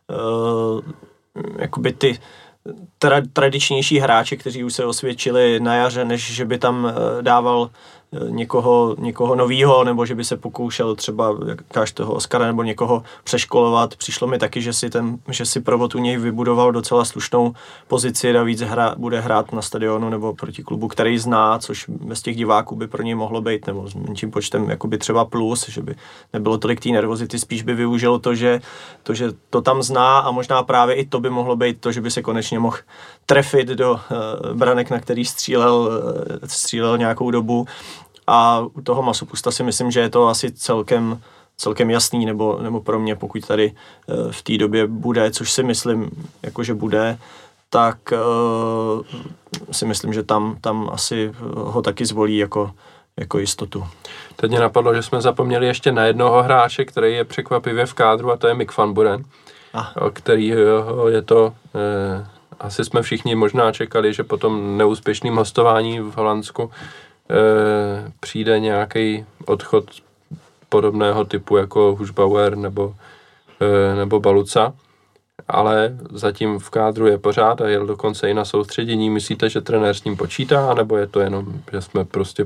jakoby ty tradičnější hráče, kteří už se osvědčili na jaře, než že by tam dával někoho novýho, nebo že by se pokoušel třeba, jakáž toho Oskara, nebo někoho přeškolovat. Přišlo mi taky, že si Provod u něj vybudoval docela slušnou pozici, navíc bude hrát na stadionu nebo proti klubu, který zná, což bez těch diváků by pro něj mohlo být, nebo s menším počtem jakoby třeba plus, že by nebylo tolik té nervozity, spíš by využil to, že to tam zná a možná právě i to by mohlo být to, že by se konečně mohl trefit do branek, na který střílel nějakou dobu. A u toho Masopusta si myslím, že je to asi celkem jasný, nebo pro mě, pokud tady v té době bude, což si myslím, jako že bude, tak si myslím, že tam asi ho taky zvolí jako jistotu. Teď mě napadlo, že jsme zapomněli ještě na jednoho hráče, který je překvapivě v kádru, a to je Mick van Buren, který je to... Asi jsme všichni možná čekali, že po tom neúspěšném hostování v Holandsku přijde nějaký odchod podobného typu jako Hušbauer nebo Baluca, ale zatím v kádru je pořád a jel dokonce i na soustředění. Myslíte, že trenér s ním počítá, nebo je to jenom, že jsme prostě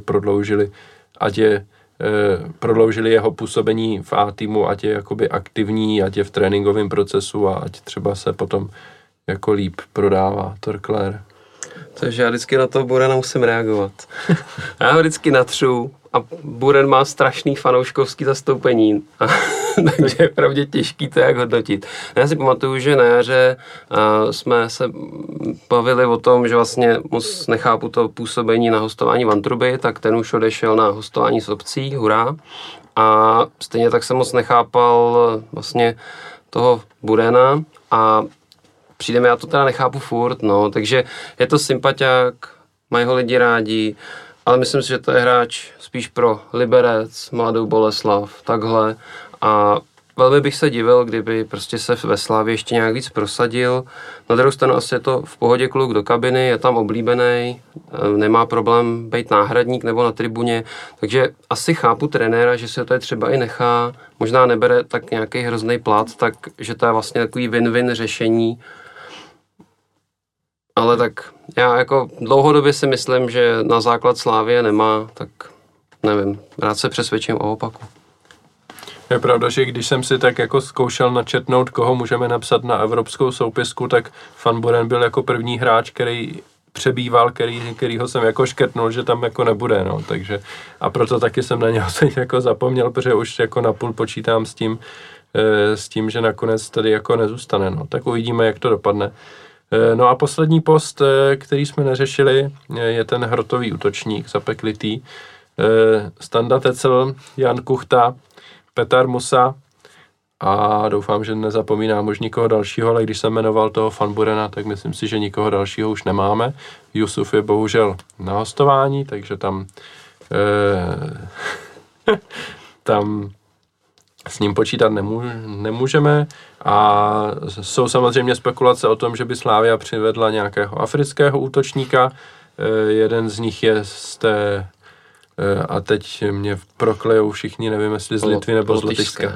prodloužili jeho působení v A týmu, ať je jakoby aktivní, ať je v tréninkovém procesu a ať třeba se potom jako líp prodává Torkler. Takže já vždycky na toho Burena musím reagovat. Já ho vždycky natřu a Buren má strašný fanouškovský zastoupení, takže je pravdě těžký to jak hodnotit. Já si pamatuju, že na jaře jsme se bavili o tom, že vlastně moc nechápu to působení na hostování Vantruby, tak ten už odešel na hostování s Obcí, hurá. A stejně tak jsem moc nechápal vlastně toho Burena a přijde mi, já to teda nechápu furt, no, takže je to sympatiák, mají ho lidi rádi, ale myslím si, že to je hráč spíš pro Liberec, Mladou Boleslav, takhle a velmi bych se divil, kdyby prostě se ve Slávě ještě nějak víc prosadil. Na druhou stranu asi je to v pohodě kluk do kabiny, je tam oblíbený, nemá problém být náhradník nebo na tribuně, takže asi chápu trenéra, že se to je třeba i nechá, možná nebere tak nějaký hrozný plat, takže to je vlastně takový win-win řešení. Ale tak já jako dlouhodobě si myslím, že na základ Slávie nemá, tak nevím, rád se přesvědčím o opaku. Je pravda, že když jsem si tak jako zkoušel načetnout, koho můžeme napsat na evropskou soupisku, tak Van Buren byl jako první hráč, který přebýval, kterýho jsem jako škrtnul, že tam jako nebude, no, takže a proto taky jsem na něho teď jako zapomněl, protože už jako napůl počítám s tím, že nakonec tady jako nezůstane, no, tak uvidíme, jak to dopadne. No a poslední post, který jsme neřešili, je ten hrotový útočník, zapeklitý. Standa Tecel, Jan Kuchta, Petar Musa a doufám, že nezapomínám už nikoho dalšího, ale když jsem jmenoval toho Van Burena, tak myslím si, že nikoho dalšího už nemáme. Jusuf je bohužel na hostování, takže tam s ním počítat nemůžeme a jsou samozřejmě spekulace o tom, že by Slavia přivedla nějakého afrického útočníka. Jeden z nich je z té, a teď mě proklejou všichni, nevím jestli z Litvy nebo z Lotyšska.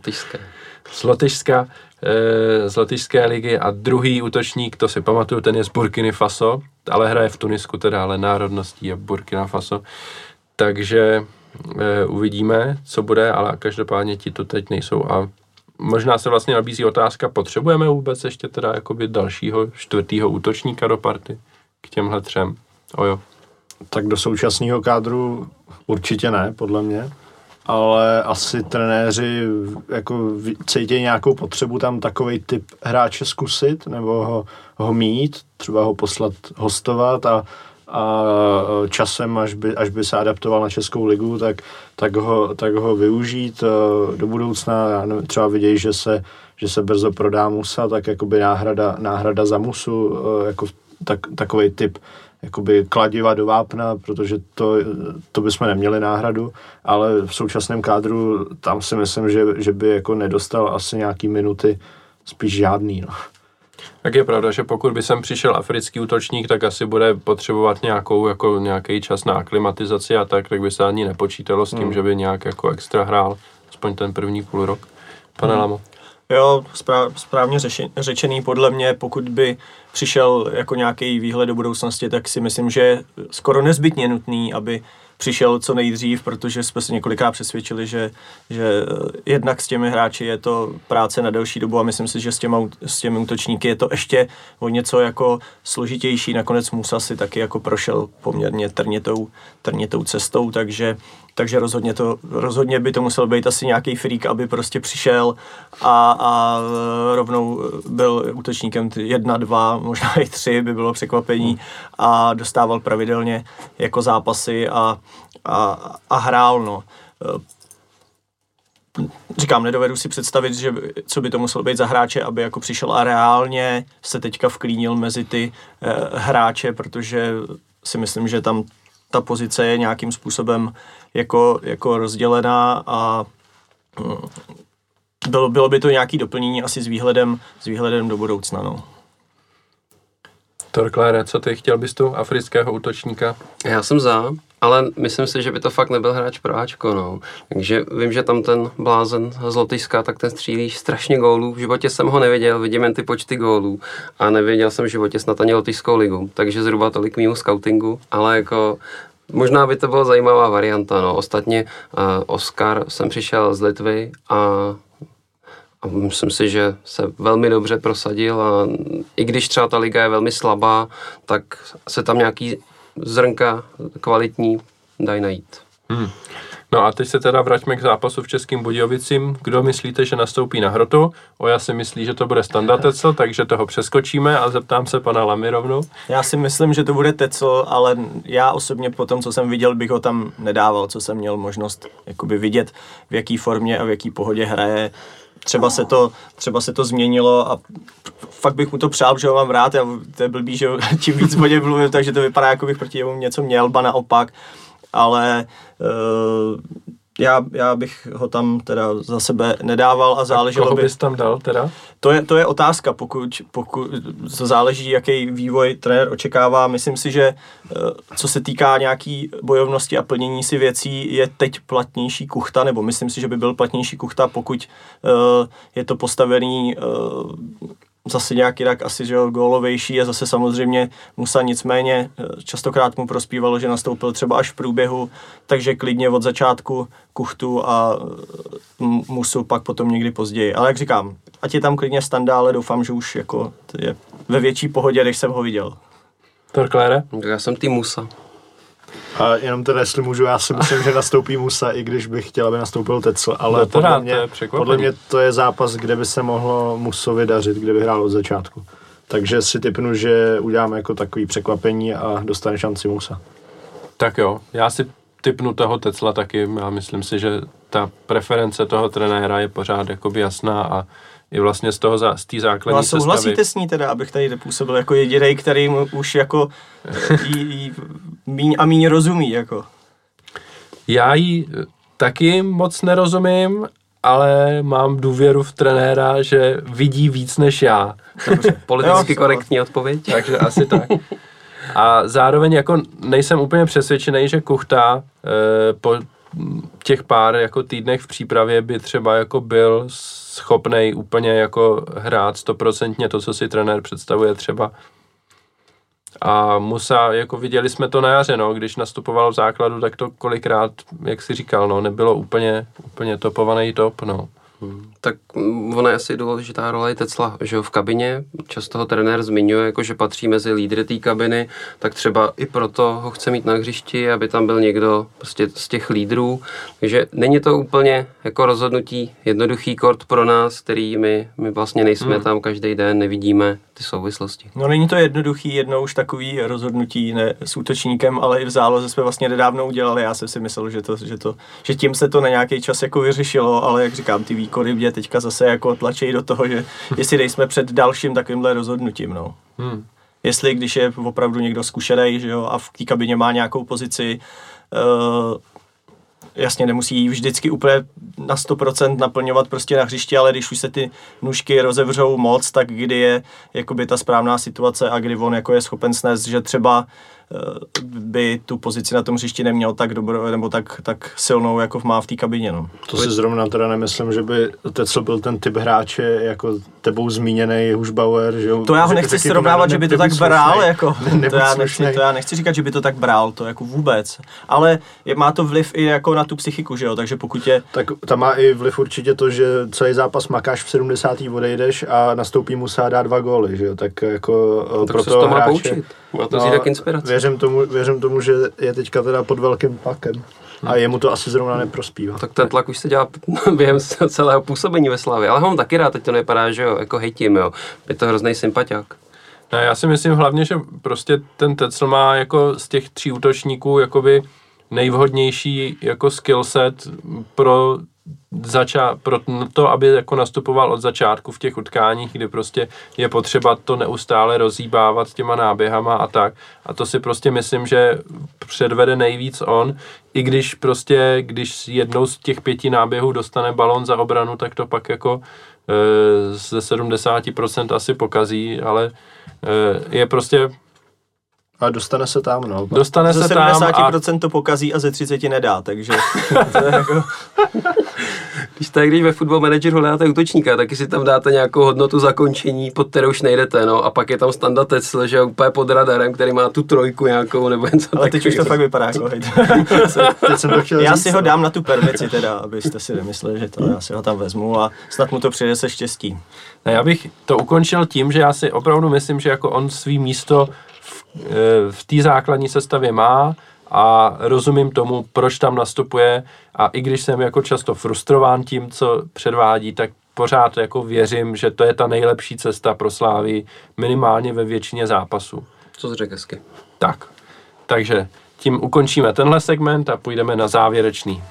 Z Lotyšské ligy a druhý útočník, to si pamatuju, ten je z Burkiny Faso, ale hraje v Tunisku teda, ale národností je Burkina Faso. Takže uvidíme, co bude, ale každopádně ti tu teď nejsou a možná se vlastně nabízí otázka, potřebujeme vůbec ještě teda jakoby dalšího čtvrtýho útočníka do party? k těmhle třem? Ojo. Tak do současného kádru určitě ne, podle mě. Ale asi trenéři jako cítí nějakou potřebu tam takovej typ hráče zkusit, nebo ho mít, třeba ho poslat hostovat a časem, až by se adaptoval na Českou ligu, tak ho využít do budoucna. Třeba vidějí, že se brzo prodá Musa, tak jakoby náhrada za Musu, jako takovej typ jakoby kladiva do vápna, protože to bychom neměli náhradu, ale v současném kádru tam si myslím, že by jako nedostal asi nějaký minuty, spíš žádný, no. Tak je pravda, že pokud by sem přišel africký útočník, tak asi bude potřebovat nějaký čas na aklimatizaci a tak by se ani nepočítalo s tím, že by nějak jako extra hrál, aspoň ten první půl rok. Pane Lamo. Jo, správně řečený. Podle mě, pokud by přišel jako nějaký výhled do budoucnosti, tak si myslím, že je skoro nezbytně nutný, aby přišel co nejdřív, protože jsme se několikrát přesvědčili, že jednak s těmi hráči je to práce na delší dobu a myslím si, že s těmi útočníky je to ještě o něco jako složitější. Nakonec Musa si taky jako prošel poměrně trnitou cestou, takže rozhodně by to musel být asi nějaký freak, aby prostě přišel a rovnou byl útočníkem 1, 2, možná i 3 by bylo překvapení a dostával pravidelně jako zápasy a hrál, no. Říkám, nedovedu si představit, že co by to muselo být za hráče, aby jako přišel a reálně se teďka vklínil mezi ty hráče, protože si myslím, že tam ta pozice je nějakým způsobem jako rozdělená a bylo by to nějaký doplnění asi s výhledem do budoucna, no. Torklére, co ty, chtěl bys tu afrického útočníka? Já jsem za, ale myslím si, že by to fakt nebyl hráč pro Ačko, no. Takže vím, že tam ten blázen z Lotyšska, tak ten střílí strašně gólů. V životě jsem ho neviděl, vidím jen ty počty gólů a nevěděl jsem v životě snad ani Lotyšskou ligu, takže zhruba tolik mýmu scoutingu, ale jako možná by to byla zajímavá varianta, no. Ostatně Oskar jsem přišel z Litvy a myslím si, že se velmi dobře prosadil a i když třeba ta liga je velmi slabá, tak se tam nějaký zrnka kvalitní dají najít. No a teď se teda vraťme k zápasu v Českým Budějovicím. Kdo myslíte, že nastoupí na hrotu? Oja si myslí, že to bude Standa Tecl, takže toho přeskočíme a zeptám se pana Lamy rovnou. Já si myslím, že to bude Tecl, ale já osobně po tom, co jsem viděl, bych ho tam nedával, co jsem měl možnost jakoby vidět, v jaký formě a v jaký pohodě hraje. Třeba se to změnilo a fakt bych mu to přál, že ho mám rád. To je blbý, že tím víc o něm mluvím, takže to vypadá, jako bych proti němu něco měl, ba naopak. Ale já bych ho tam teda za sebe nedával a záleželo by... Koho bys tam dal teda? To je otázka, pokud to záleží, jaký vývoj trenér očekává. Myslím si, že co se týká nějaký bojovnosti a plnění si věcí, je teď platnější Kuchta, nebo myslím si, že by byl platnější Kuchta, pokud je to postavený zase nějak jinak asi, že jo, gólovější a zase samozřejmě Musa, nicméně častokrát mu prospívalo, že nastoupil třeba až v průběhu, takže klidně od začátku Kuchtu a Musu pak potom někdy později. Ale jak říkám, ať je tam klidně Standa, ale doufám, že už jako je ve větší pohodě, než jsem ho viděl. Torklére? Já jsem tým Musa. A jenom teda, jestli můžu, já si myslím, že nastoupí Musa, i když bych chtěl, aby nastoupil Tecl, ale no podle mě to je zápas, kde by se mohlo Musovi dařit, kde by hrál od začátku. Takže si tipnu, že uděláme jako takový překvapení a dostane šanci Musa. Tak jo, já si tipnu toho Tecla taky, já myslím si, že ta preference toho trenéra je pořád jakoby jasná a i vlastně z té základní sestavy. No a souhlasíte s ní teda, abych tady nepůsobil jako jedinej, který mu už jako jí míň a míň rozumí, jako. Já jí taky moc nerozumím, ale mám důvěru v trenéra, že vidí víc než já. Dobře, politicky korektní odpověď. Takže asi tak. A zároveň jako nejsem úplně přesvědčený, že Kuchta po těch pár jako týdnech v přípravě by třeba jako byl schopnej úplně jako hrát 100% to, co si trenér představuje třeba. A Musa, jako viděli jsme to na jaře, no, když nastupoval v základu, tak to kolikrát, jak si říkal, no, nebylo úplně topovaný top, no. Tak ona je asi důležitá role i Tecla, že jo, v kabině, často ho trenér zmiňuje, jako že patří mezi lídry té kabiny, tak třeba i proto ho chce mít na hřišti, aby tam byl někdo prostě z těch lídrů, takže není to úplně jako rozhodnutí jednoduchý kort pro nás, který my vlastně nejsme tam každý den, nevidíme ty souvislosti. No není to jednoduchý, jednou už takový rozhodnutí ne s útočníkem, ale i v záloze jsme vlastně nedávno udělali, já jsem si myslel, že tím se to na nějaký čas jako vyřešilo, ale jak říkám, ty výkony mě teďka zase jako tlačí do toho, že jestli nejsme před dalším takovýmhle rozhodnutím, no. Jestli když je opravdu někdo zkušenej, že jo, a v té kabině má nějakou pozici, jasně nemusí vždycky úplně na 100% naplňovat prostě na hřišti, ale když už se ty nůžky rozevřou moc, tak kdy je jakoby ta správná situace a kdy on jako je schopen snést, že třeba by tu pozici na tom hřišti neměl tak dobrou nebo tak silnou, jako má v té kabině. No. To si zrovna teda nemyslím, že by Tecl byl ten typ hráče, jako tebou zmíněný Hušbauer. Že to já ho nechci srovnávat, že by to tak bral, jako, to já nechci říkat, že by to tak bral, to jako vůbec. Ale má to vliv i jako na tu psychiku, že jo, takže pokud je... Tak tam má i vliv určitě to, že celý zápas makáš v 70. odejdeš a nastoupí musí dát 2 góly, že jo, tak jako tak pro se toho to má hráče... poučit. Má to vzít jak inspiraci. Věřím tomu, že je teďka teda pod velkým tlakem a jemu to asi zrovna neprospívá. Tak ten tlak už se dělá během celého působení ve Slavii, ale ho mám taky rád, teď to nevypadá, že jo, jako hejtím, jo. Je to hrozný sympatiák. No, já si myslím hlavně, že prostě ten Tecl má jako z těch 3 útočníků jakoby nejvhodnější jako skillset pro to, aby jako nastupoval od začátku v těch utkáních, kdy prostě je potřeba to neustále rozhýbávat těma náběhama a tak. A to si prostě myslím, že předvede nejvíc on, i když prostě, když jednou z těch 5 náběhů dostane balón za obranu, tak to pak jako ze 70% asi pokazí, ale je prostě... A dostane se tam, no. Dostane se tam 70% to pokazí a ze 30 nedá, takže to je jako... Když ve Football Manageru hledáte útočníka, taky si tam dáte nějakou hodnotu zakončení, pod kterou už nejdete, no, a pak je tam Standa Tecl, že je úplně pod radarem, který má tu 3 nějakou, nebo něco takového. Ale teď už to fakt vypadá jako hejt. Já si ho dám na tu permici teda, abyste si nemysleli, že to, já si ho tam vezmu a snad mu to přijde se štěstí. Ne, já bych to ukončil tím, že já si opravdu myslím, že jako on svý místo v té základní sestavě má a rozumím tomu, proč tam nastupuje, a i když jsem jako často frustrován tím, co předvádí, tak pořád jako věřím, že to je ta nejlepší cesta pro Slávii, minimálně ve většině zápasů. Co jsi řekl hezky. Tak, takže tím ukončíme tenhle segment a půjdeme na závěrečný.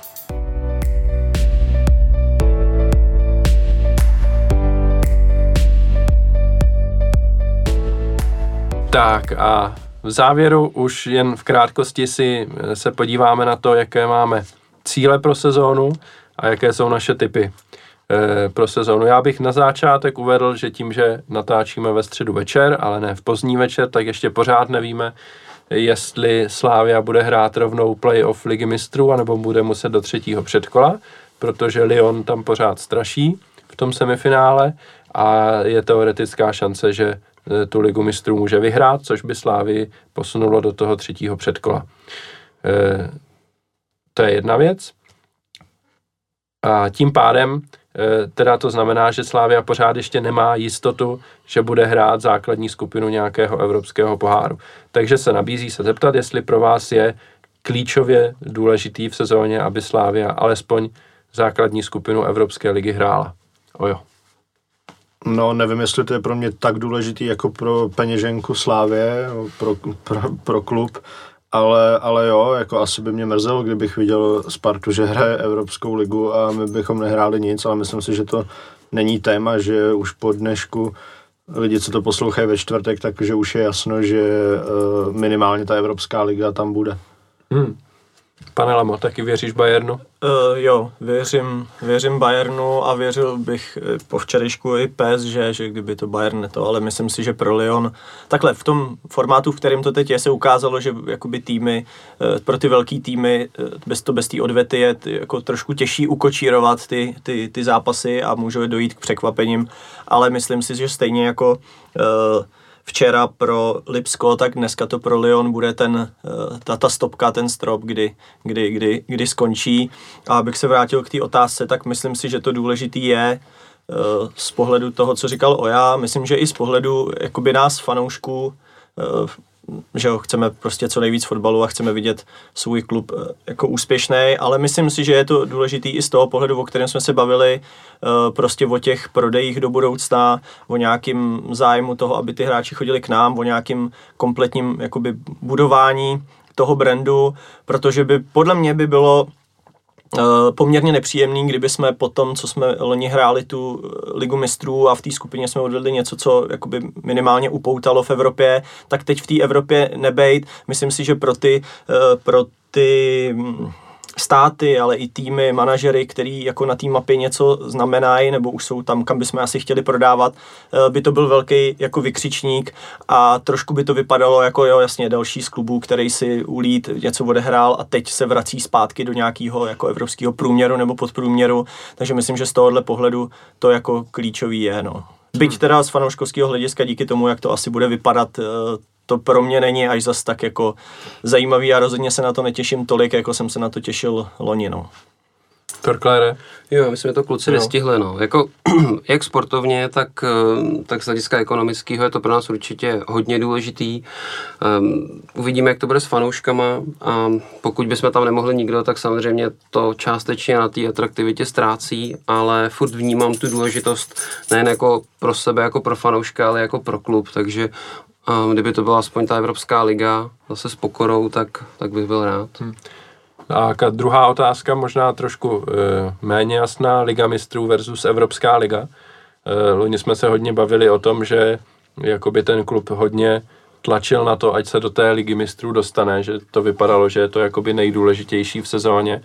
Tak a v závěru už jen v krátkosti se podíváme na to, jaké máme cíle pro sezónu a jaké jsou naše tipy pro sezónu. Já bych na začátek uvedl, že tím, že natáčíme ve středu večer, ale ne v pozdní večer, tak ještě pořád nevíme, jestli Slavia bude hrát rovnou playoff Ligy mistrů, anebo bude muset do 3. předkola, protože Lyon tam pořád straší v tom semifinále a je teoretická šance, že tu Ligu mistrů může vyhrát, což by Slavii posunulo do toho 3. předkola. To je jedna věc. A tím pádem teda to znamená, že Slavia pořád ještě nemá jistotu, že bude hrát základní skupinu nějakého evropského poháru. Takže se nabízí se zeptat, jestli pro vás je klíčově důležitý v sezóně, aby Slavia alespoň základní skupinu Evropské ligy hrála. Ojo. No, nevím, jestli to je pro mě tak důležitý jako pro peněženku Slávie, pro klub, ale jo, jako asi by mě mrzelo, kdybych viděl Spartu, že hraje Evropskou ligu a my bychom nehráli nic, ale myslím si, že to není téma, že už po dnešku lidi, co to poslouchají ve čtvrtek, takže už je jasno, že minimálně ta Evropská liga tam bude. Pane Lamo, taky věříš Bayernu? Jo, věřím Bayernu a věřil bych po včerejšku i PSG, že kdyby to Bayern neto, ale myslím si, že pro Lyon, takhle v tom formátu, v kterém to teď je, se ukázalo, že jakoby týmy, pro ty velký týmy bez té odvety je jako trošku těžší ukočírovat ty zápasy a může dojít k překvapením, ale myslím si, že stejně jako včera pro Lipsko, tak dneska to pro Lyon bude ta stopka, ten strop, kdy skončí. A abych se vrátil k té otázce, tak myslím si, že to důležitý je z pohledu toho, co říkal Oja, myslím, že i z pohledu jakoby nás fanoušků, že jo, chceme prostě co nejvíc fotbalu a chceme vidět svůj klub jako úspěšný, ale myslím si, že je to důležitý i z toho pohledu, o kterém jsme se bavili, prostě o těch prodejích do budoucna, o nějakým zájmu toho, aby ty hráči chodili k nám, o nějakým kompletním jakoby budování toho brandu, protože by podle mě by bylo poměrně nepříjemný, kdyby jsme po tom, co jsme loni hráli tu Ligu mistrů a v té skupině jsme odvedli něco, co jakoby minimálně upoutalo v Evropě, tak teď v té Evropě nebejt. Myslím si, že pro ty státy, ale i týmy, manažery, který jako na té mapě něco znamenají, nebo už jsou tam, kam bychom asi chtěli prodávat, by to byl velký jako vykřičník a trošku by to vypadalo jako jo, jasně další z klubů, který si ulít něco odehrál a teď se vrací zpátky do nějakého jako evropského průměru nebo podprůměru, takže myslím, že z tohohle pohledu to jako klíčový je, no. Byť teda z fanouškovského hlediska díky tomu, jak to asi bude vypadat, to pro mě není až zas tak jako zajímavý a rozhodně se na to netěším tolik, jako jsem se na to těšil loni, no. Torklére? Jo, myslím, že to kluci nestihli, no. Jako, jak sportovně, tak z hlediska ekonomického je to pro nás určitě hodně důležitý. Uvidíme, jak to bude s fanouškama a pokud bychom tam nemohli nikdo, tak samozřejmě to částečně na té atraktivitě ztrácí, ale furt vnímám tu důležitost nejen jako pro sebe, jako pro fanouška, ale jako pro klub, takže kdyby to byla aspoň ta Evropská liga zase s pokorou, tak bych byl rád. A druhá otázka, možná trošku méně jasná, Liga mistrů versus Evropská liga. Loni jsme se hodně bavili o tom, že jakoby ten klub hodně tlačil na to, ať se do té Ligy mistrů dostane, že to vypadalo, že je to jakoby nejdůležitější v sezóně.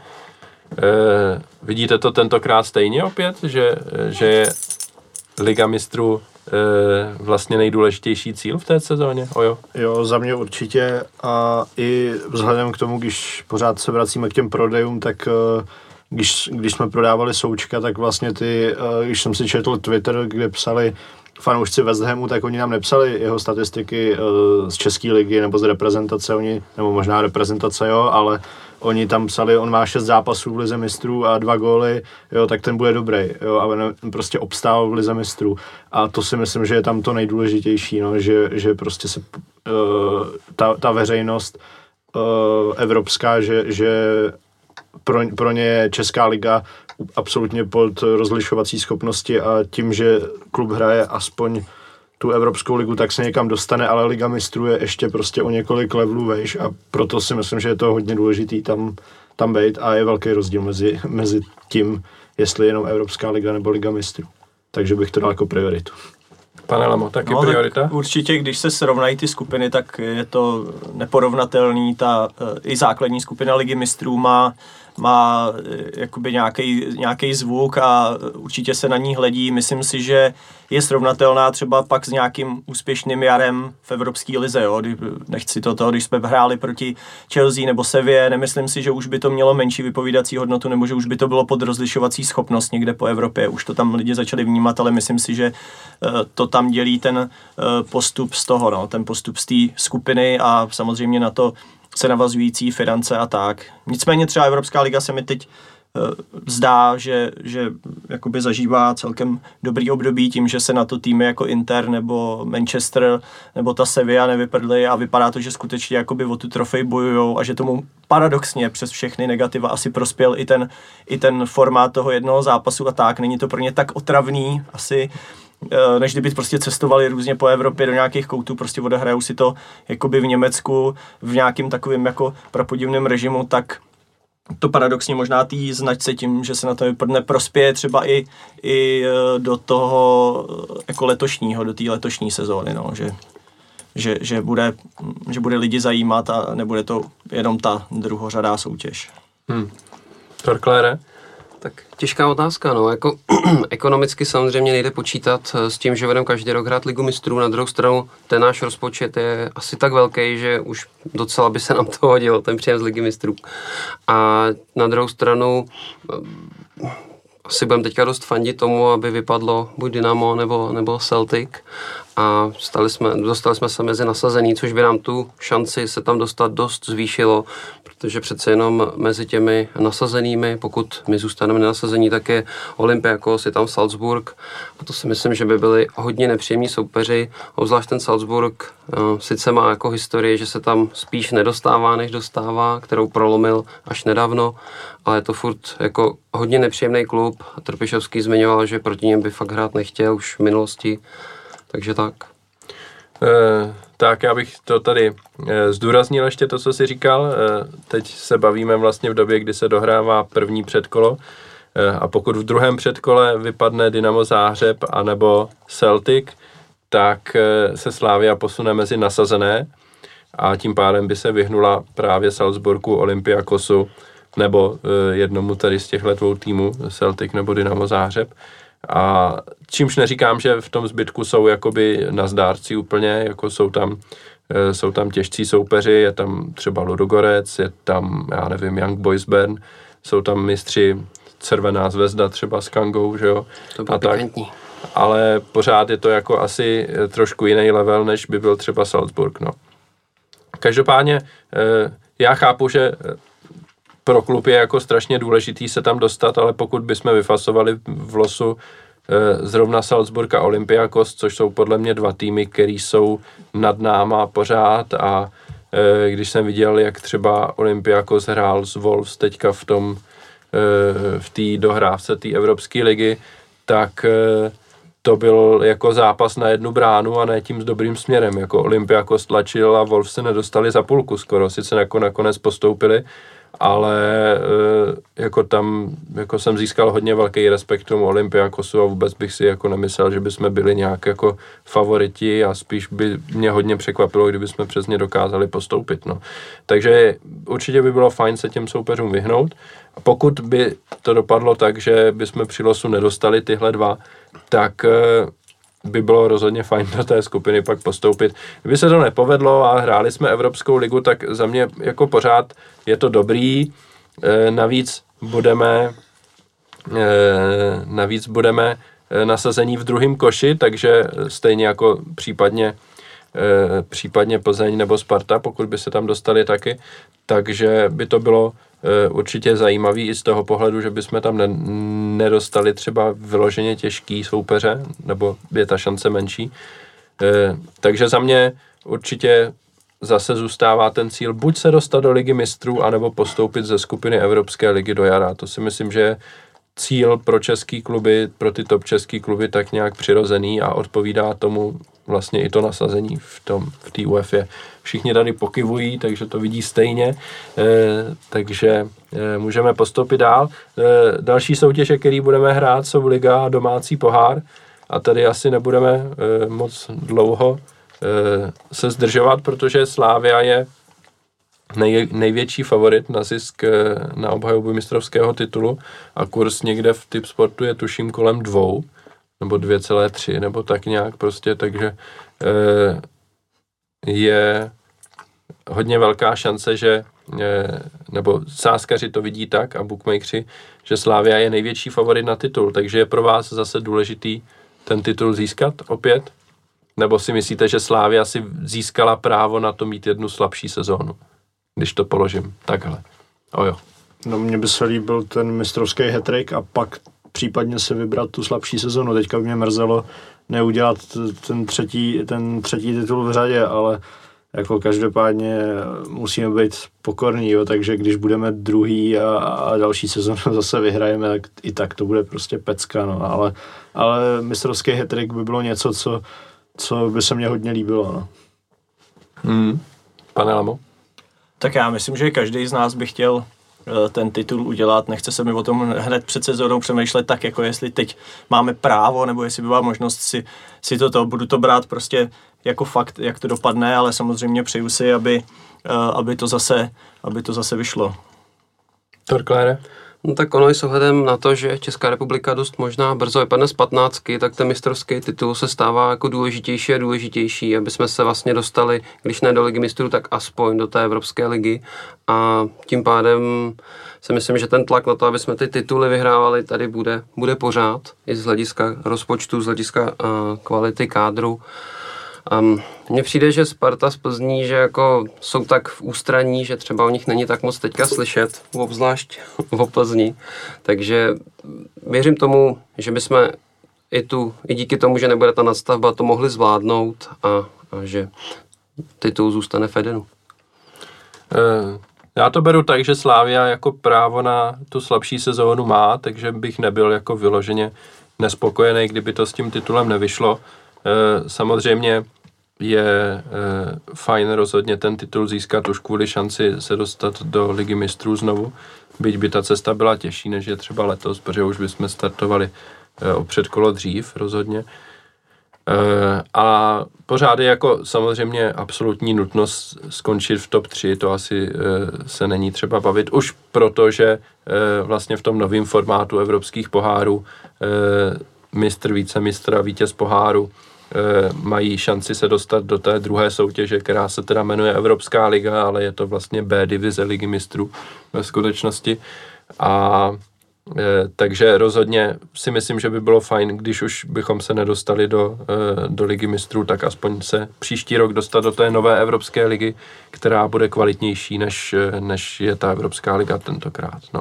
Vidíte to tentokrát stejně opět, že je Liga mistrů vlastně nejdůležitější cíl v té sezóně? Ojo? Jo, za mě určitě a i vzhledem k tomu, když pořád se vracíme k těm prodejům, tak když jsme prodávali Součka, tak vlastně když jsem si četl Twitter, kde psali fanoušci West Hamu, tak oni nám nepsali jeho statistiky z České ligy nebo z reprezentace, nebo možná reprezentace, jo, ale oni tam psali, on má 6 zápasů v Lize mistrů a 2 góly, jo, tak ten bude dobrý, jo, a prostě obstál v Lize mistrů. A to si myslím, že je tam to nejdůležitější, no, že prostě se ta veřejnost evropská, že pro ně je Česká liga absolutně pod rozlišovací schopnosti a tím, že klub hraje aspoň tu Evropskou ligu, tak se někam dostane, ale Liga mistrů je ještě prostě o několik levelů vejš a proto si myslím, že je to hodně důležitý tam být a je velký rozdíl mezi tím, jestli jenom Evropská liga nebo Liga mistrů. Takže bych to dal jako prioritu. Pane Lamo, taky priorita? Tak určitě, když se srovnají ty skupiny, tak je to neporovnatelný. I základní skupina Ligy mistrů má jakoby nějaký zvuk a určitě se na ní hledí. Myslím si, že je srovnatelná třeba pak s nějakým úspěšným jarem v Evropské lize. Jo? Nechci když jsme hráli proti Chelsea nebo Sevě, nemyslím si, že už by to mělo menší vypovídací hodnotu nebo že už by to bylo pod rozlišovací schopnost někde po Evropě. Už to tam lidi začali vnímat, ale myslím si, že to tam dělí ten postup z toho, no? Ten postup z té skupiny a samozřejmě na to se navazující finance a tak. Nicméně třeba Evropská liga se mi teď zdá, že jakoby zažívá celkem dobrý období tím, že se na to týmy jako Inter nebo Manchester nebo ta Sevilla nevyprdly a vypadá to, že skutečně jakoby o tu trofej bojujou a že tomu paradoxně přes všechny negativa asi prospěl i ten formát toho jednoho zápasu a tak. Není to pro ně tak otravný asi, než kdyby prostě cestovali různě po Evropě do nějakých koutů, prostě odehrajou si to jakoby v Německu v nějakým takovým jako prapodivným režimu, tak to paradoxně možná tý značce tím, že se na to vypadne prospěje třeba i do toho jako letošního, do té letošní sezóny, no, že bude lidi zajímat a nebude to jenom ta druhořadá soutěž. Torklére? Tak těžká otázka, no, jako ekonomicky samozřejmě nejde počítat s tím, že budeme každý rok hrát Ligu mistrů, na druhou stranu ten náš rozpočet je asi tak velký, že už docela by se nám to hodilo, ten příjem z Ligy mistrů. A na druhou stranu asi budeme teďka dost fandit tomu, aby vypadlo buď Dynamo nebo Celtic a dostali jsme se mezi nasazený, což by nám tu šanci se tam dostat dost zvýšilo, protože přece jenom mezi těmi nasazenými, pokud my zůstaneme nenasazení, tak je Olympiakos, je tam Salzburg a to si myslím, že by byli hodně nepříjemní soupeři, obzvlášť ten Salzburg sice má jako historii, že se tam spíš nedostává, než dostává, kterou prolomil až nedávno, ale je to furt jako hodně nepříjemný klub. Trpišovský zmiňoval, že proti něm by fakt hrát nechtěl už v minulosti, takže tak. Tak já bych to tady zdůraznil ještě to, co jsi říkal. Teď se bavíme vlastně v době, kdy se dohrává první předkolo a pokud v druhém předkole vypadne Dynamo Záhřeb anebo Celtic, tak se Slavia posune mezi nasazené a tím pádem by se vyhnula právě Salzburgu, Olympiakosu nebo jednomu tady z těchto dvou týmů, Celtic nebo Dynamo Záhřeb. A čímž neříkám, že v tom zbytku jsou jakoby nazdárci úplně, jako jsou tam těžcí soupeři, je tam třeba Ludogorec, je tam, já nevím, Young Boys Bern, jsou tam mistři Červená zvezda třeba s Kangou, že jo? To bylo pikantní. Ale pořád je to jako asi trošku jiný level, než by byl třeba Salzburg, no. Každopádně já chápu, že pro klub je jako strašně důležitý se tam dostat, ale pokud bychom vyfasovali v losu zrovna Salzburg a Olympiakos, což jsou podle mě dva týmy, který jsou nad náma pořád a když jsem viděl, jak třeba Olympiakos hrál s Wolves teďka v té dohrávce té Evropské ligy, tak to byl jako zápas na jednu bránu a ne tím s dobrým směrem. Jako Olympiakos tlačil a Wolves se nedostali za půlku skoro, sice jako nakonec postoupili, ale jako tam jako jsem získal hodně velký respekt tomu Olympiakosu a vůbec bych si jako nemyslel, že bychom byli nějak jako favoriti a spíš by mě hodně překvapilo, kdyby jsme přes ně dokázali postoupit. No. Takže určitě by bylo fajn se těm soupeřům vyhnout. A pokud by to dopadlo tak, že bychom při losu nedostali tyhle dva, tak by bylo rozhodně fajn do té skupiny pak postoupit. Kdyby se to nepovedlo a hráli jsme Evropskou ligu, tak za mě jako pořád je to dobrý. Navíc budeme nasazení v druhém koši, takže stejně jako případně Plzeň nebo Sparta, pokud by se tam dostali taky, takže by to bylo určitě zajímavý i z toho pohledu, že bychom tam nedostali třeba vyloženě těžký soupeře, nebo je ta šance menší. Takže za mě určitě zase zůstává ten cíl buď se dostat do Ligy mistrů, anebo postoupit ze skupiny Evropské ligy do jara. To si myslím, že je cíl pro český kluby, pro ty top český kluby tak nějak přirozený a odpovídá tomu vlastně i to nasazení v té UEFA. Všichni tady pokyvují, takže to vidí stejně, takže můžeme postoupit dál. Další soutěže, které budeme hrát, jsou Liga a domácí pohár a tady asi nebudeme moc dlouho se zdržovat, protože Slavia je největší favorit na zisk na obhajobu mistrovského titulu a kurz někde v Tipsportu je tuším kolem 2 nebo 2,3 nebo tak nějak prostě, takže je hodně velká šance, že nebo sázkaři to vidí tak a bookmakeri, že Slavia je největší favorit na titul, takže je pro vás zase důležitý ten titul získat opět? Nebo si myslíte, že Slavia si získala právo na to mít jednu slabší sezónu? Když to položím takhle. Jo. No mně by se líbil ten mistrovský hat-trick a pak případně si vybrat tu slabší sezonu. Teďka by mě mrzelo neudělat ten třetí titul v řadě, ale jako každopádně musíme být pokorní, jo, takže když budeme druhý a další sezonu zase vyhrajeme, tak i tak to bude prostě pecka, no, ale mistrovský hat-trick by bylo něco, co by se mně hodně líbilo, no. Pane Lamo? Tak já myslím, že každý z nás by chtěl ten titul udělat, nechce se mi o tom hned před sezónou přemýšlet tak, jako jestli teď máme právo, nebo jestli by byla možnost si budu to brát prostě jako fakt, jak to dopadne, ale samozřejmě přeju si, aby to zase vyšlo. Torklére? No tak ono i s ohledem na to, že Česká republika dost možná brzo vypadne z 15, tak ten mistrovský titul se stává jako důležitější a důležitější, aby jsme se vlastně dostali, když ne do ligy mistrů, tak aspoň do té Evropské ligy. A tím pádem si myslím, že ten tlak na to, aby jsme ty tituly vyhrávali, tady bude pořád, i z hlediska rozpočtu, z hlediska kvality kádru. Mně přijde, že Sparta z Plzní, že jako jsou tak v ústraní, že třeba o nich není tak moc teďka slyšet, obzvlášť o Plzni. Takže věřím tomu, že bychom i díky tomu, že nebude ta nadstavba, to mohli zvládnout a že titul zůstane v Edenu. Já to beru tak, že Slavia jako právo na tu slabší sezónu má, takže bych nebyl jako vyloženě nespokojený, kdyby to s tím titulem nevyšlo. Samozřejmě je fajn rozhodně ten titul získat už kvůli šanci se dostat do Ligy mistrů znovu, byť by ta cesta byla těžší, než je třeba letos, protože už bychom startovali o předkolo dřív rozhodně. A pořád je jako samozřejmě absolutní nutnost skončit v top 3, to asi se není třeba bavit, už proto, že vlastně v tom novém formátu evropských pohárů mistr, vicemistr a vítěz poháru mají šanci se dostat do té druhé soutěže, která se teda jmenuje Evropská liga, ale je to vlastně B divize Ligy mistrů ve skutečnosti. A takže rozhodně si myslím, že by bylo fajn, když už bychom se nedostali do Ligy mistrů, tak aspoň se příští rok dostat do té nové Evropské ligy, která bude kvalitnější, než je ta Evropská liga tentokrát. No.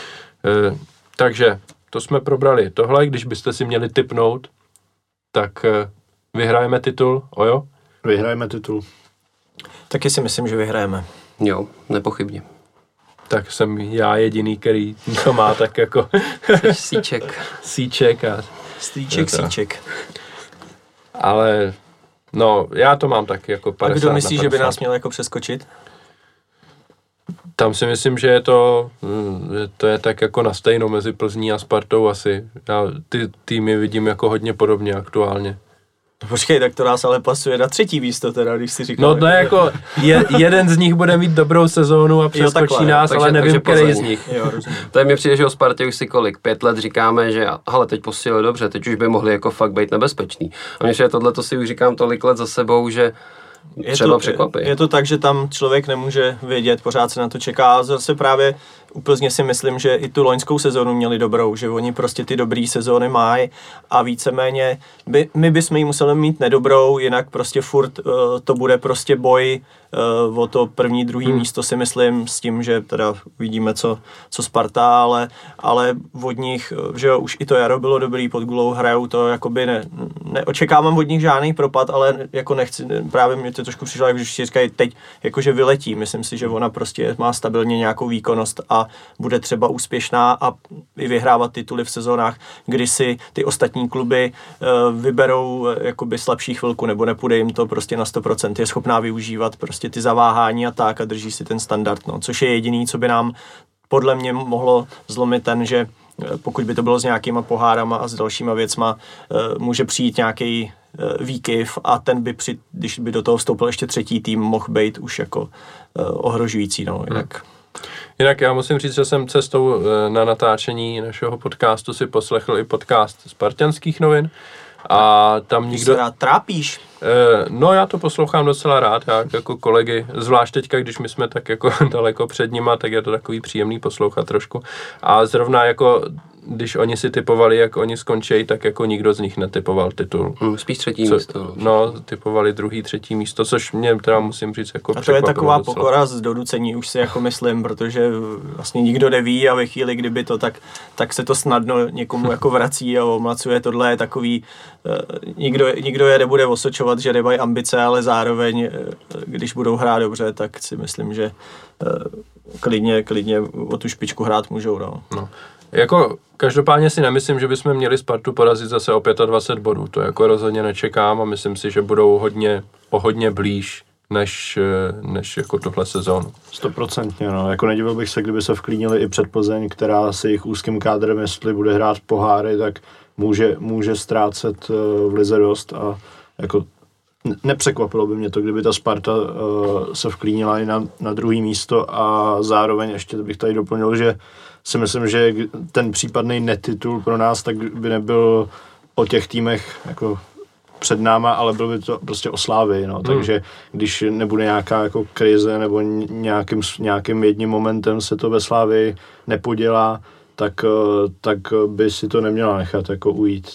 Takže to jsme probrali tohle, když byste si měli tipnout, tak vyhrajeme titul, Ojo? Vyhrajeme titul. Taky si myslím, že vyhrajeme. Jo, nepochybně. Tak jsem já jediný, který to má tak jako síček a Síček. Ale no, já to mám tak jako 50 A kdo myslí, na 50. že by nás měl jako přeskočit? Tam si myslím, že je to je tak jako na stejno mezi Plzní a Spartou asi. Já ty týmy vidím jako hodně podobně aktuálně. Počkej, tak to nás ale pasuje na 3. místo teda, když si říkal. No to je jako, jeden z nich bude mít dobrou sezónu a přeskočí nás, ale nevím, který z nich. Jo, to je mi přijde, že o Spartě už si kolik, 5 let říkáme, že hele, teď posílili dobře, teď už by mohli jako fakt být nebezpeční. A mě tohle to si už říkám tolik let za sebou, že třeba překvapí. Je to tak, že tam člověk nemůže vědět, pořád se na to čeká. A zase právě úplně si myslím, že i tu loňskou sezónu měli dobrou, že oni prostě ty dobrý sezóny mají a víceméně my bychom ji museli mít nedobrou, jinak prostě furt to bude prostě boj o to první, druhý místo si myslím, s tím, že teda vidíme, co Sparta, ale od nich, že jo, už i to jaro bylo dobrý, pod Gulou hrajou to, jakoby neočekávám od nich žádný propad, ale jako nechci, právě mě to trošku přišlo, jak když si říkají teď, jakože vyletí, myslím si, že ona prostě má stabilně nějakou výkonnost a bude třeba úspěšná a i vyhrávat tituly v sezónách, kdy si ty ostatní kluby vyberou jakoby slabší chvilku, nebo nepůjde jim to prostě na 100%, je schopná využívat prostě ty zaváhání a tak a drží si ten standard, no, což je jediný, co by nám podle mě mohlo zlomit ten, že pokud by to bylo s nějakýma pohárama a s dalšíma věcma, může přijít nějaký výkyv a ten by když by do toho vstoupil ještě 3. tým, mohl být už jako ohrožující, no, Jinak já musím říct, že jsem cestou na natáčení našeho podcastu si poslechl i podcast Spartanských novin a tam nikdo... Ty se rád trápíš? No já to poslouchám docela rád, já jako kolegy, zvlášť teďka, když my jsme tak jako daleko před nima, tak je to takový příjemný poslouchat trošku. A zrovna jako, když oni si typovali, jak oni skončí, tak jako nikdo z nich netypoval titul. Spíš 3. místo. No, typovali 2., 3. místo, což mě teda musím říct jako překvapilo. A to je taková docela pokora z donucení, už si jako myslím, protože vlastně nikdo neví a ve chvíli, kdyby to, tak se to snadno někomu jako vrací a omlacuje. Tohle je takový, nikdo je nebude osočovat, že nemají ambice, ale zároveň, když budou hrát dobře, tak si myslím, že klidně o tu špičku hrát můžou. No. Jako každopádně si nemyslím, že bychom měli Spartu porazit zase o 25 bodů. To jako rozhodně nečekám a myslím si, že budou hodně blíž než jako tuhle sezónu. 100%, no. Jako nedivil bych se, kdyby se vklínili i před Plzeň, která se jejich úzkým kádrem, jestli bude hrát poháry, tak může ztrácet v lize dost a jako nepřekvapilo by mě to, kdyby ta Sparta se vklínila i na druhé místo a zároveň ještě bych tady doplnil, že si myslím, že ten případný netitul pro nás tak by nebyl o těch týmech jako před náma, ale byl by to prostě o Slávii, no. Takže když nebude nějaká jako krize nebo nějakým jedním momentem se to ve Slávii nepodělá, tak by si to neměla nechat jako ujít.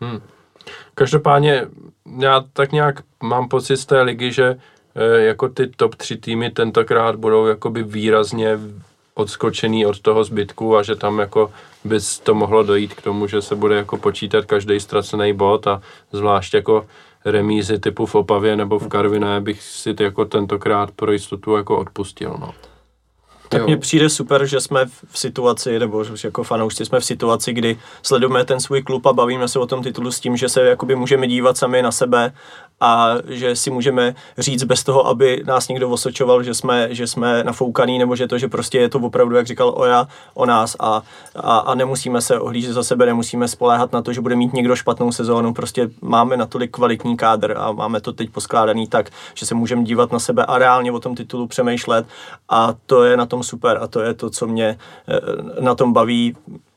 Každopádně já tak nějak mám pocit z té ligy, že jako ty top 3 týmy tentokrát budou jakoby výrazně odskočený od toho zbytku a že tam jako bys to mohlo dojít k tomu, že se bude jako počítat každý ztracený bod a zvlášť jako remízy typu v Opavě nebo v Karviné bych si jako tentokrát pro jistotu jako odpustil, no. Tak mně přijde super, že jsme v situaci, nebo že jako fanoušci jsme v situaci, kdy sledujeme ten svůj klub a bavíme se o tom titulu s tím, že se jakoby můžeme dívat sami na sebe a že si můžeme říct bez toho, aby nás někdo osočoval, že jsme nafoukaný, nebo že prostě je to opravdu, jak říkal Oja, o nás a nemusíme se ohlížet za sebe, nemusíme spoléhat na to, že bude mít někdo špatnou sezónu, prostě máme natolik kvalitní kádr a máme to teď poskládaný tak, že se můžeme dívat na sebe a reálně o tom titulu přemýšlet a to je na tom super a to je to, co mě na tom baví.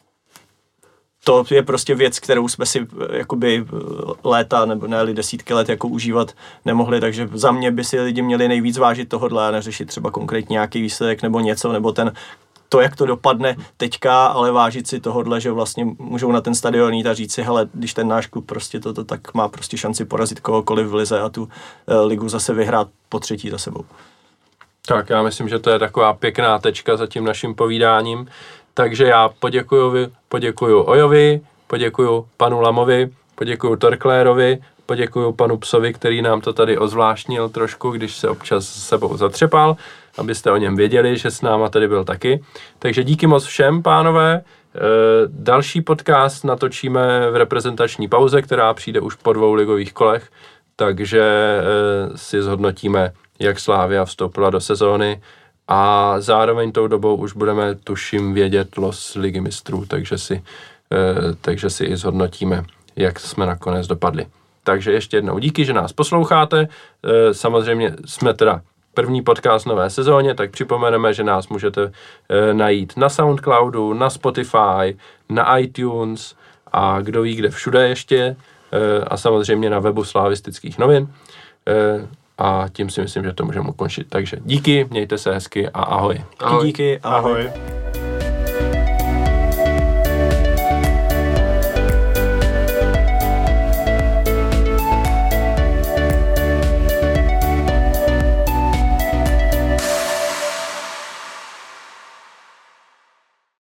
To je prostě věc, kterou jsme si jakoby léta nebo ne desítky let jako užívat nemohli, takže za mě by si lidi měli nejvíc vážit tohodle a neřešit třeba konkrétně nějaký výsledek nebo něco, nebo to, jak to dopadne teďka, ale vážit si tohodle, že vlastně můžou na ten stadion jít a říct si, hele, když ten náš klub prostě toto, tak má prostě šanci porazit kohokoliv v lize a tu ligu zase vyhrát po 3. za sebou. Tak já myslím, že to je taková pěkná tečka za tím naším povídáním. Takže já poděkuju Ojovi, poděkuju panu Lamovi, poděkuju Torklérovi, poděkuju panu Psovi, který nám to tady ozvláštnil trošku, když se občas s sebou zatřepal, abyste o něm věděli, že s náma tady byl taky. Takže díky moc všem, pánové. Další podcast natočíme v reprezentační pauze, která přijde už po 2 ligových kolech, takže si zhodnotíme, jak Slavia vstoupila do sezóny a zároveň tou dobou už budeme, tuším, vědět los Ligy mistrů, takže si i zhodnotíme, jak jsme nakonec dopadli. Takže ještě jednou díky, že nás posloucháte. Samozřejmě jsme teda první podcast nové sezóně, tak připomeneme, že nás můžete najít na Soundcloudu, na Spotify, na iTunes a kdo ví kde všude ještě a samozřejmě na webu Slavistických novin. A tím si myslím, že to můžeme ukončit. Takže díky, mějte se hezky a ahoj. Ahoj. Díky, ahoj.